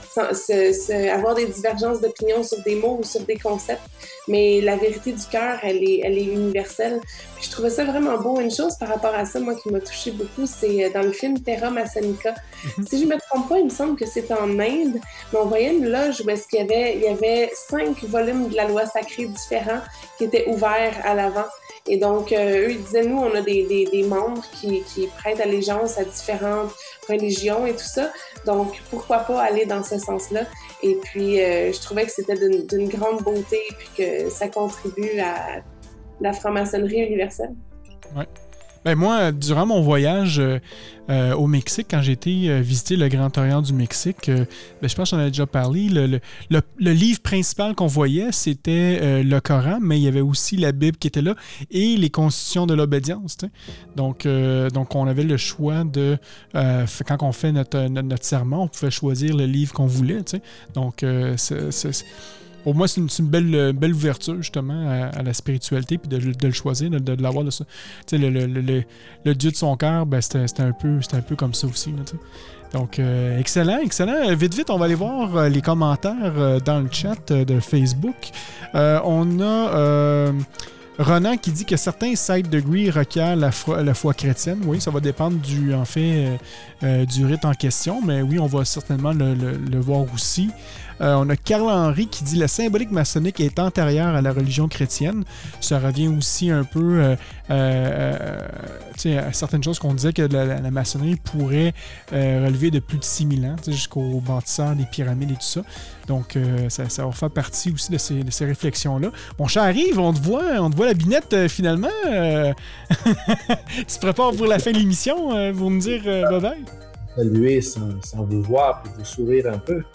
se, se, avoir des divergences d'opinion sur des mots ou sur des concepts. Mais la vérité du cœur, elle est, elle est universelle. Puis je trouvais ça vraiment beau. Une chose par rapport à ça, moi, qui m'a touchée beaucoup, c'est dans le film Terra Masonica. Mm-hmm. Si je ne me trompe pas, il me semble que c'est en Inde, mais on voyait une loge où est-ce qu'il y avait, il y avait cinq volumes de la loi sacrée différents qui étaient ouverts à l'avant. Et donc, euh, eux, ils disaient, nous, on a des, des, des membres qui, qui prêtent allégeance à différentes religions et tout ça. Donc, pourquoi pas aller dans ce sens-là? Et puis, euh, je trouvais que c'était d'une, d'une grande beauté et puis que ça contribue à la franc-maçonnerie universelle. Ouais. Ben moi, durant mon voyage euh, euh, au Mexique, quand j'ai été euh, visiter le Grand Orient du Mexique, euh, ben, je pense que j'en ai déjà parlé, le, le, le, le livre principal qu'on voyait, c'était euh, le Coran, mais il y avait aussi la Bible qui était là et les constitutions de l'obédience. T'sais. Donc, euh, donc, on avait le choix de... Euh, quand on fait notre, notre, notre serment, on pouvait choisir le livre qu'on voulait. T'sais. Donc, euh, c'est... c'est pour moi, c'est une, c'est une belle, belle ouverture, justement, à, à la spiritualité, puis de, de le choisir, de, de l'avoir. Tu sais, le, le, le, le Dieu de son cœur, ben, c'était, c'était, un peu, c'était un peu comme ça aussi. Là, donc, euh, excellent, excellent. Vite, vite, on va aller voir euh, les commentaires euh, dans le chat euh, de Facebook. Euh, on a... Euh, Ronan qui dit que certains side degrees requièrent la foi, la foi chrétienne. Oui, ça va dépendre du, en fait, euh, euh, du rite en question, mais oui, on va certainement le, le, le voir aussi. Euh, on a Carl-Henri qui dit « La symbolique maçonnique est antérieure à la religion chrétienne. » Ça revient aussi un peu euh, euh, à certaines choses qu'on disait que la, la, la maçonnerie pourrait euh, relever de plus de six mille ans, jusqu'aux bâtisseurs des pyramides et tout ça. Donc, euh, ça, ça va faire partie aussi de ces, de ces réflexions-là. Mon cher Yves, on te voit, on te voit la binette euh, finalement. Euh... tu te prépares pour la fin de l'émission euh, pour me dire euh, bye-bye? Saluer sans, sans vous voir et vous sourire un peu.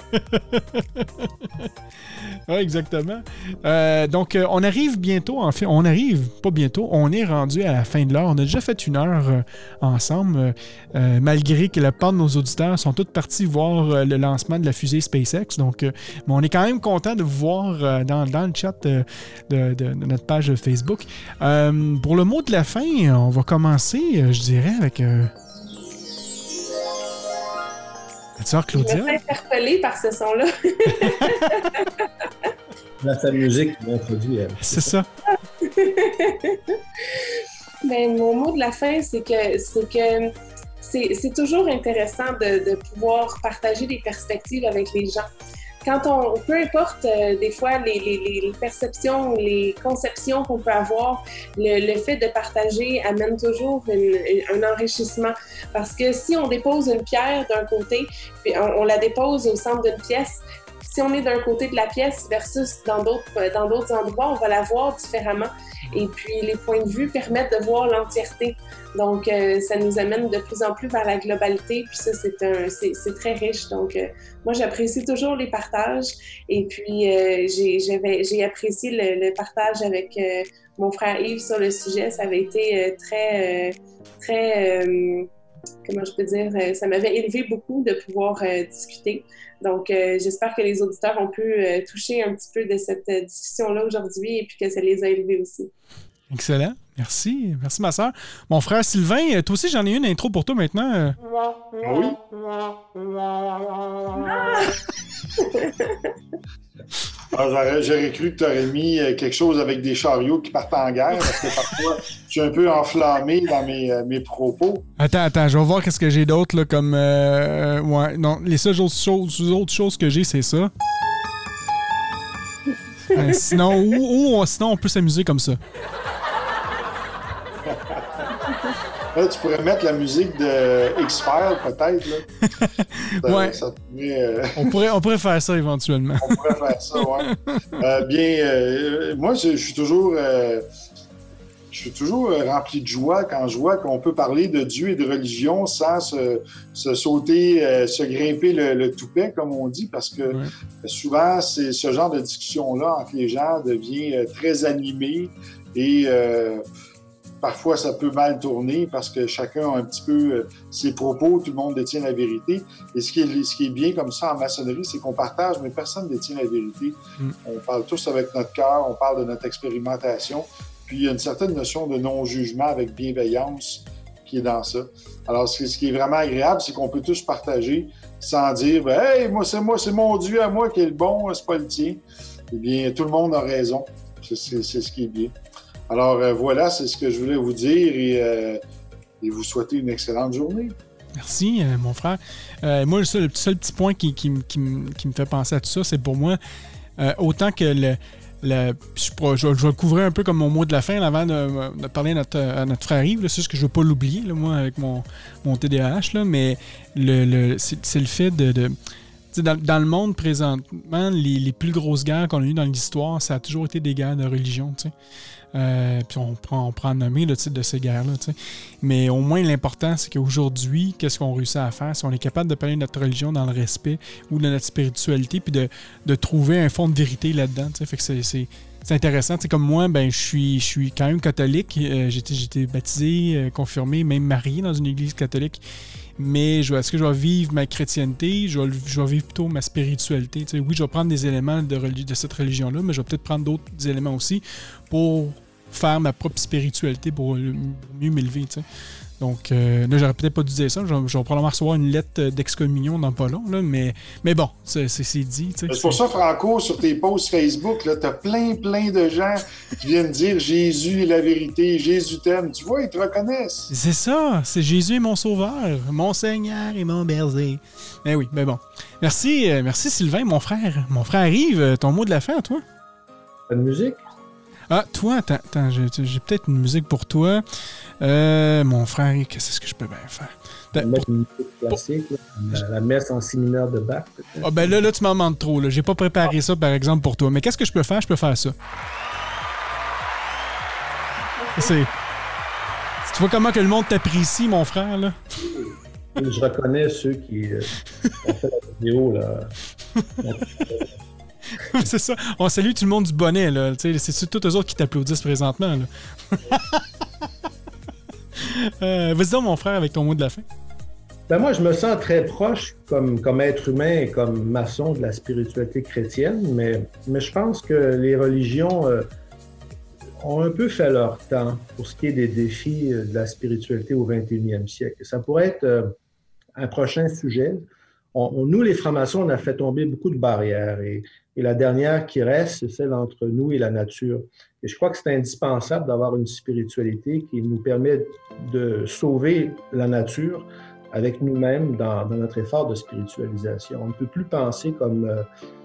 Oui, exactement. Euh, donc, euh, on arrive bientôt, en fait, on arrive, pas bientôt, on est rendu à la fin de l'heure. On a déjà fait une heure euh, ensemble, euh, malgré que la part de nos auditeurs sont tous partis voir euh, le lancement de la fusée SpaceX. Donc, euh, mais on est quand même content de vous voir euh, dans, dans le chat euh, de, de, de notre page Facebook. Euh, pour le mot de la fin, on va commencer, euh, je dirais, avec... Euh, Claudia? Je me suis interpellée par ce son-là. Là, sa musique qui m'introduit. C'est ça. Ben, mon mot de la fin, c'est que c'est que c'est, c'est toujours intéressant de, de pouvoir partager des perspectives avec les gens. Quand on, peu importe euh, des fois les, les, les perceptions, les conceptions qu'on peut avoir, le, le fait de partager amène toujours une, une, un enrichissement. Parce que si on dépose une pierre d'un côté, puis on, on la dépose au centre d'une pièce, si on est d'un côté de la pièce versus dans d'autres, dans d'autres endroits, on va la voir différemment. Et puis, les points de vue permettent de voir l'entièreté. Donc, euh, ça nous amène de plus en plus vers la globalité. Puis ça, c'est, un, c'est, c'est très riche. Donc, euh, moi, j'apprécie toujours les partages. Et puis, euh, j'ai, j'avais, j'ai apprécié le, le partage avec euh, mon frère Yves sur le sujet. Ça avait été euh, très, euh, très... Euh, comment je peux dire, euh, ça m'avait élevé beaucoup de pouvoir euh, discuter. Donc, euh, j'espère que les auditeurs ont pu euh, toucher un petit peu de cette euh, discussion-là aujourd'hui et puis que ça les a élevés aussi. Excellent. Merci. Merci, ma soeur. Mon frère Sylvain, toi aussi, j'en ai une intro pour toi maintenant. Oui. Ah, j'aurais, j'aurais cru que tu aurais mis quelque chose avec des chariots qui partent en guerre, parce que parfois, je suis un peu enflammé dans mes, mes propos. Attends, attends, je vais voir qu'est-ce que j'ai d'autre, là, comme... Euh, ouais, non, les seules autres choses, autres choses que j'ai, c'est ça. euh, sinon, ou, ou sinon, on peut s'amuser comme ça. Là, tu pourrais mettre la musique de X-Files, peut-être. Là. Ça, ouais. Ça pourrait, euh... on, pourrait, on pourrait faire ça éventuellement. On pourrait faire ça, oui. Euh, bien, euh, moi, je, je suis toujours... Euh, je suis toujours rempli de joie quand je vois qu'on peut parler de Dieu et de religion sans se, se sauter, euh, se grimper le, le toupet, comme on dit, parce que ouais. souvent, c'est, ce genre de discussion-là entre les gens devient euh, très animé et... Euh, Parfois, ça peut mal tourner parce que chacun a un petit peu euh, ses propos, tout le monde détient la vérité. Et ce qui est, ce qui est bien comme ça en maçonnerie, c'est qu'on partage, mais personne ne détient la vérité. Mm. On parle tous avec notre cœur, on parle de notre expérimentation. Puis, il y a une certaine notion de non-jugement avec bienveillance qui est dans ça. Alors, ce qui est vraiment agréable, c'est qu'on peut tous partager sans dire ben, « Hey, moi, c'est moi, c'est mon Dieu à moi qui est le bon, c'est pas le tien. » Eh bien, tout le monde a raison. C'est, c'est, c'est ce qui est bien. Alors euh, voilà, c'est ce que je voulais vous dire et, euh, et vous souhaiter une excellente journée. Merci, euh, mon frère. Euh, moi, le seul, le seul petit point qui, qui, qui, qui me fait penser à tout ça, c'est pour moi, euh, autant que le, le je, je, je vais le couvrir un peu comme mon mot de la fin là, avant de, de parler à notre, à notre frère Yves, là, c'est juste que je ne veux pas l'oublier, là, moi, avec mon, mon T D A H, là, mais le, le, c'est, c'est le fait de... de Dans, dans le monde présentement, les, les plus grosses guerres qu'on a eues dans l'histoire, ça a toujours été des guerres de religion. T'sais. Euh, puis on prend, on prend à nommer le titre de ces guerres-là. T'sais. Mais au moins, l'important, c'est qu'aujourd'hui, qu'est-ce qu'on réussit à faire? Si on est capable de parler de notre religion dans le respect ou de notre spiritualité, puis de, de trouver un fond de vérité là-dedans. Fait que c'est, c'est, c'est intéressant. T'sais, comme moi, ben, je suis, je suis quand même catholique. Euh, j'ai été, j'ai été baptisé, euh, confirmé, même marié dans une église catholique. Mais je, est-ce que je vais vivre ma chrétienté? Je vais, je vais vivre plutôt ma spiritualité. T'sais, oui, je vais prendre des éléments de, religi- de cette religion-là, mais je vais peut-être prendre d'autres éléments aussi pour faire ma propre spiritualité, pour mieux m'élever. T'sais. Donc, euh, là, j'aurais peut-être pas dû dire ça. Je, je vais probablement recevoir une lettre d'excommunion dans pas long, là, mais, mais bon, c'est, c'est, c'est dit. C'est pour ça, Franco, sur tes posts Facebook, tu as plein, plein de gens qui viennent dire Jésus est la vérité, Jésus t'aime. Tu vois, ils te reconnaissent. C'est ça, c'est Jésus est mon sauveur, mon Seigneur et mon berger. Mais oui, mais bon. Merci, euh, merci Sylvain, mon frère. Mon frère Yves, ton mot de la fin, toi? Pas de musique? Ah, toi, attends, attends j'ai, j'ai peut-être une musique pour toi. Euh, mon frère, qu'est-ce que je peux bien faire? On va mettre une musique classique, là, la messe en si mineur de Bach. Ah oh, ben là, là, tu m'en demandes trop. Là. J'ai pas préparé ah. ça, par exemple, pour toi. Mais qu'est-ce que je peux faire? Je peux faire ça. C'est... Tu vois comment que le monde t'apprécie, mon frère, là? Je reconnais ceux qui euh, ont fait la vidéo, là. C'est ça. On salue tout le monde du bonnet, là. T'sais, c'est tous eux autres qui t'applaudissent présentement, là. euh, vas-y donc, mon frère, avec ton mot de la fin. Ben moi, je me sens très proche comme, comme être humain et comme maçon de la spiritualité chrétienne, mais, mais je pense que les religions euh, ont un peu fait leur temps pour ce qui est des défis de la spiritualité au vingt et unième siècle. Ça pourrait être euh, un prochain sujet. On, on, nous, les francs-maçons, on a fait tomber beaucoup de barrières et, et la dernière qui reste, c'est celle entre nous et la nature. Et je crois que c'est indispensable d'avoir une spiritualité qui nous permet de sauver la nature avec nous-mêmes dans, dans notre effort de spiritualisation. On ne peut plus penser comme euh,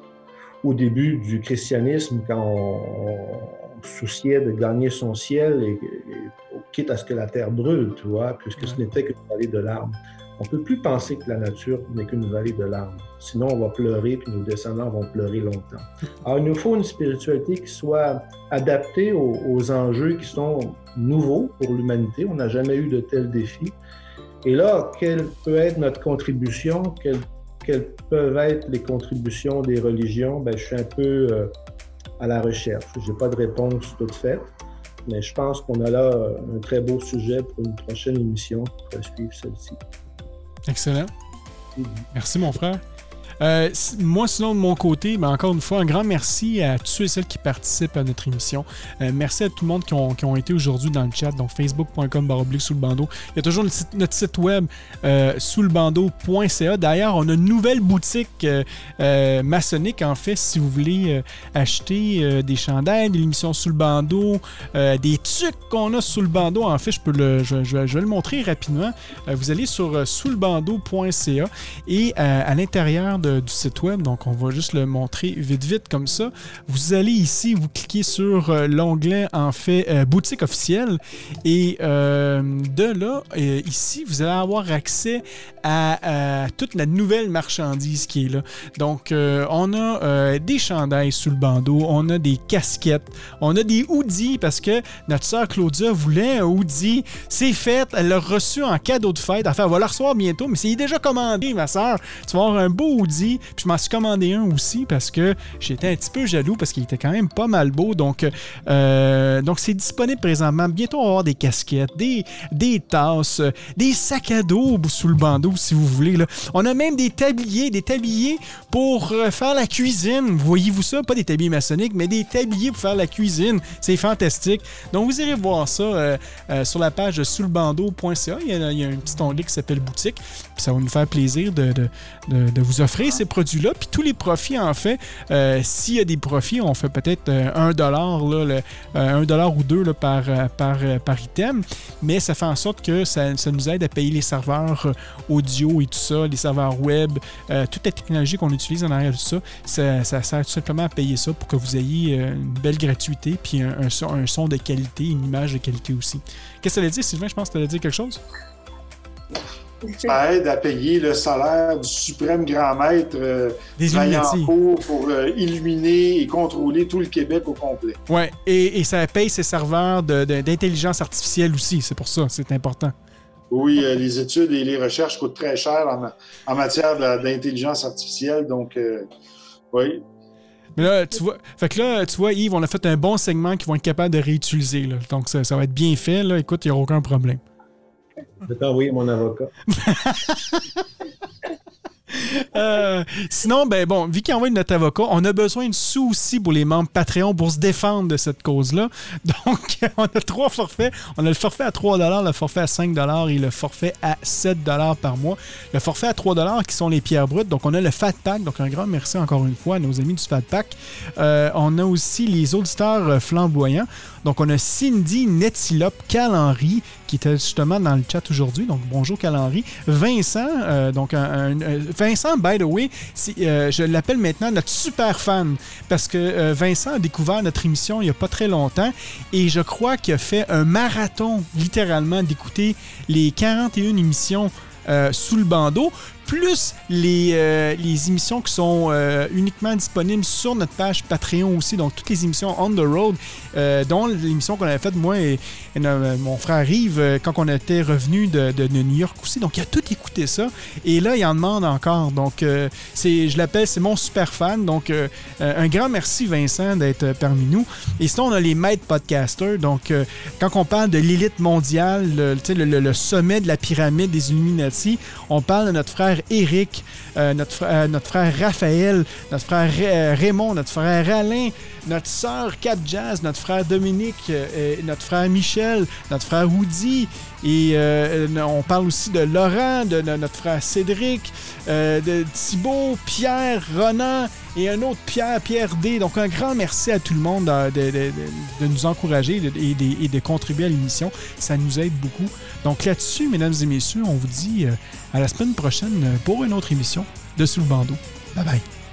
au début du christianisme, quand on, on souciait de gagner son ciel et, et quitte à ce que la terre brûle, tu vois, puisque ce n'était qu'une vallée de larmes. On ne peut plus penser que la nature n'est qu'une vallée de larmes. Sinon, on va pleurer, puis nos descendants vont pleurer longtemps. Alors, il nous faut une spiritualité qui soit adaptée aux, aux enjeux qui sont nouveaux pour l'humanité. On n'a jamais eu de tels défis. Et là, quelle peut être notre contribution? Quelles, quelles peuvent être les contributions des religions? Bien, je suis un peu euh, à la recherche. Je n'ai pas de réponse toute faite, mais je pense qu'on a là un très beau sujet pour une prochaine émission qui pourrait suivre celle-ci. Excellent. Mm-hmm. Merci, mon frère. Euh, moi, sinon, de mon côté, ben, encore une fois, un grand merci à tous ceux et celles qui participent à notre émission. Euh, merci à tout le monde qui ont, qui ont été aujourd'hui dans le chat, donc facebook point com barre oblique sous le bandeau. Il y a toujours notre site, notre site web euh, sous le bandeau point c a. D'ailleurs, on a une nouvelle boutique euh, euh, maçonnique, en fait, si vous voulez euh, acheter euh, des chandails, de l'émission Sous le bandeau, euh, des trucs qu'on a sous le bandeau. En fait, je peux le, je, je, je vais le montrer rapidement. Euh, vous allez sur euh, sous le bandeau point c a et euh, à l'intérieur de du site web, donc on va juste le montrer vite vite comme ça. Vous allez ici, vous cliquez sur euh, l'onglet en fait euh, boutique officielle et euh, de là, euh, ici, vous allez avoir accès à, à toute la nouvelle marchandise qui est là. Donc, euh, on a euh, des chandails sous le bandeau, on a des casquettes, on a des hoodies parce que notre sœur Claudia voulait un hoodie. C'est fait, elle l'a reçu en cadeau de fête. Enfin, elle va le recevoir bientôt, mais c'est déjà commandé, ma sœur. Tu vas avoir un beau hoodie. Puis je m'en suis commandé un aussi parce que j'étais un petit peu jaloux parce qu'il était quand même pas mal beau. Donc, euh, donc c'est disponible présentement. Bientôt, on va avoir des casquettes, des, des tasses, des sacs à dos sous le bandeau si vous voulez. Là. On a même des tabliers, des tabliers pour faire la cuisine. Voyez-vous ça? Pas des tabliers maçonniques, mais des tabliers pour faire la cuisine. C'est fantastique. Donc, vous irez voir ça euh, euh, sur la page sous le bandeau point c a. Il y a, il y a un petit onglet qui s'appelle boutique. Puis ça va nous faire plaisir de, de, de, de vous offrir ces produits-là, puis tous les profits, en fait, euh, s'il y a des profits, on fait peut-être euh, un dollar, là, le, euh, un dollar ou deux là, par, euh, par, euh, par item, mais ça fait en sorte que ça, ça nous aide à payer les serveurs euh, audio et tout ça, les serveurs web, euh, toute la technologie qu'on utilise en arrière de tout ça, ça, ça sert tout simplement à payer ça pour que vous ayez euh, une belle gratuité, puis un, un, son, un son de qualité, une image de qualité aussi. Qu'est-ce que ça veut dire, Sylvain? Je pense que tu allais dire quelque chose? ça aide à payer le salaire du suprême grand maître euh, Vaillancourt pour euh, illuminer et contrôler tout le Québec au complet. Oui, et, et ça paye ses serveurs de, de, d'intelligence artificielle aussi, c'est pour ça, c'est important. Oui, euh, les études et les recherches coûtent très cher en, en matière de, d'intelligence artificielle, donc euh, oui. Mais là, tu vois, fait que là, tu vois, Yves, on a fait un bon segment qu'ils vont être capables de réutiliser. Là. Donc, ça, ça va être bien fait. Là. Écoute, il n'y aura aucun problème. Je vais t'envoyer mon avocat. euh, sinon, ben bon, vu qu'il envoie notre avocat, on a besoin de sous aussi pour les membres Patreon pour se défendre de cette cause-là. Donc, on a trois forfaits. On a le forfait à trois dollars, le forfait à cinq dollars et le forfait à sept dollars par mois. Le forfait à trois dollars qui sont les pierres brutes. Donc, on a le Fat Pack. Donc, un grand merci encore une fois à nos amis du Fat Pack. Euh, on a aussi les auditeurs flamboyants. Donc, on a Cindy Netilope Cal-Henry qui était justement dans le chat aujourd'hui. Donc, bonjour Cal-Henry. Vincent, euh, donc un, un, un, Vincent, by the way, euh, je l'appelle maintenant notre super fan parce que euh, Vincent a découvert notre émission il n'y a pas très longtemps et je crois qu'il a fait un marathon, littéralement, d'écouter les quarante et une émissions euh, sous le bandeau, plus les, euh, les émissions qui sont euh, uniquement disponibles sur notre page Patreon aussi, donc toutes les émissions on the road, euh, dont l'émission qu'on avait faite, moi et, et euh, mon frère Yves, euh, quand on était revenu de, de, de New York aussi, donc il a tout écouté ça, et là, il en demande encore, donc euh, c'est, je l'appelle, c'est mon super fan, donc euh, un grand merci Vincent d'être parmi nous, et sinon on a les maîtres podcasters, donc euh, quand on parle de l'élite mondiale, le, le, le, le sommet de la pyramide des Illuminati, on parle de notre frère Éric, euh, notre, euh, notre frère Raphaël, notre frère Ray- Raymond, notre frère Alain, notre sœur Cap Jazz, notre frère Dominique, euh, notre frère Michel, notre frère Woody, et euh, on parle aussi de Laurent, de, de notre frère Cédric, euh, de Thibaut, Pierre, Ronan et un autre Pierre, Pierre D. Donc un grand merci à tout le monde de, de, de, de nous encourager et de, et de contribuer à l'émission. Ça nous aide beaucoup. Donc là-dessus, mesdames et messieurs, on vous dit euh, à la semaine prochaine pour une autre émission de Sous le bandeau. Bye bye.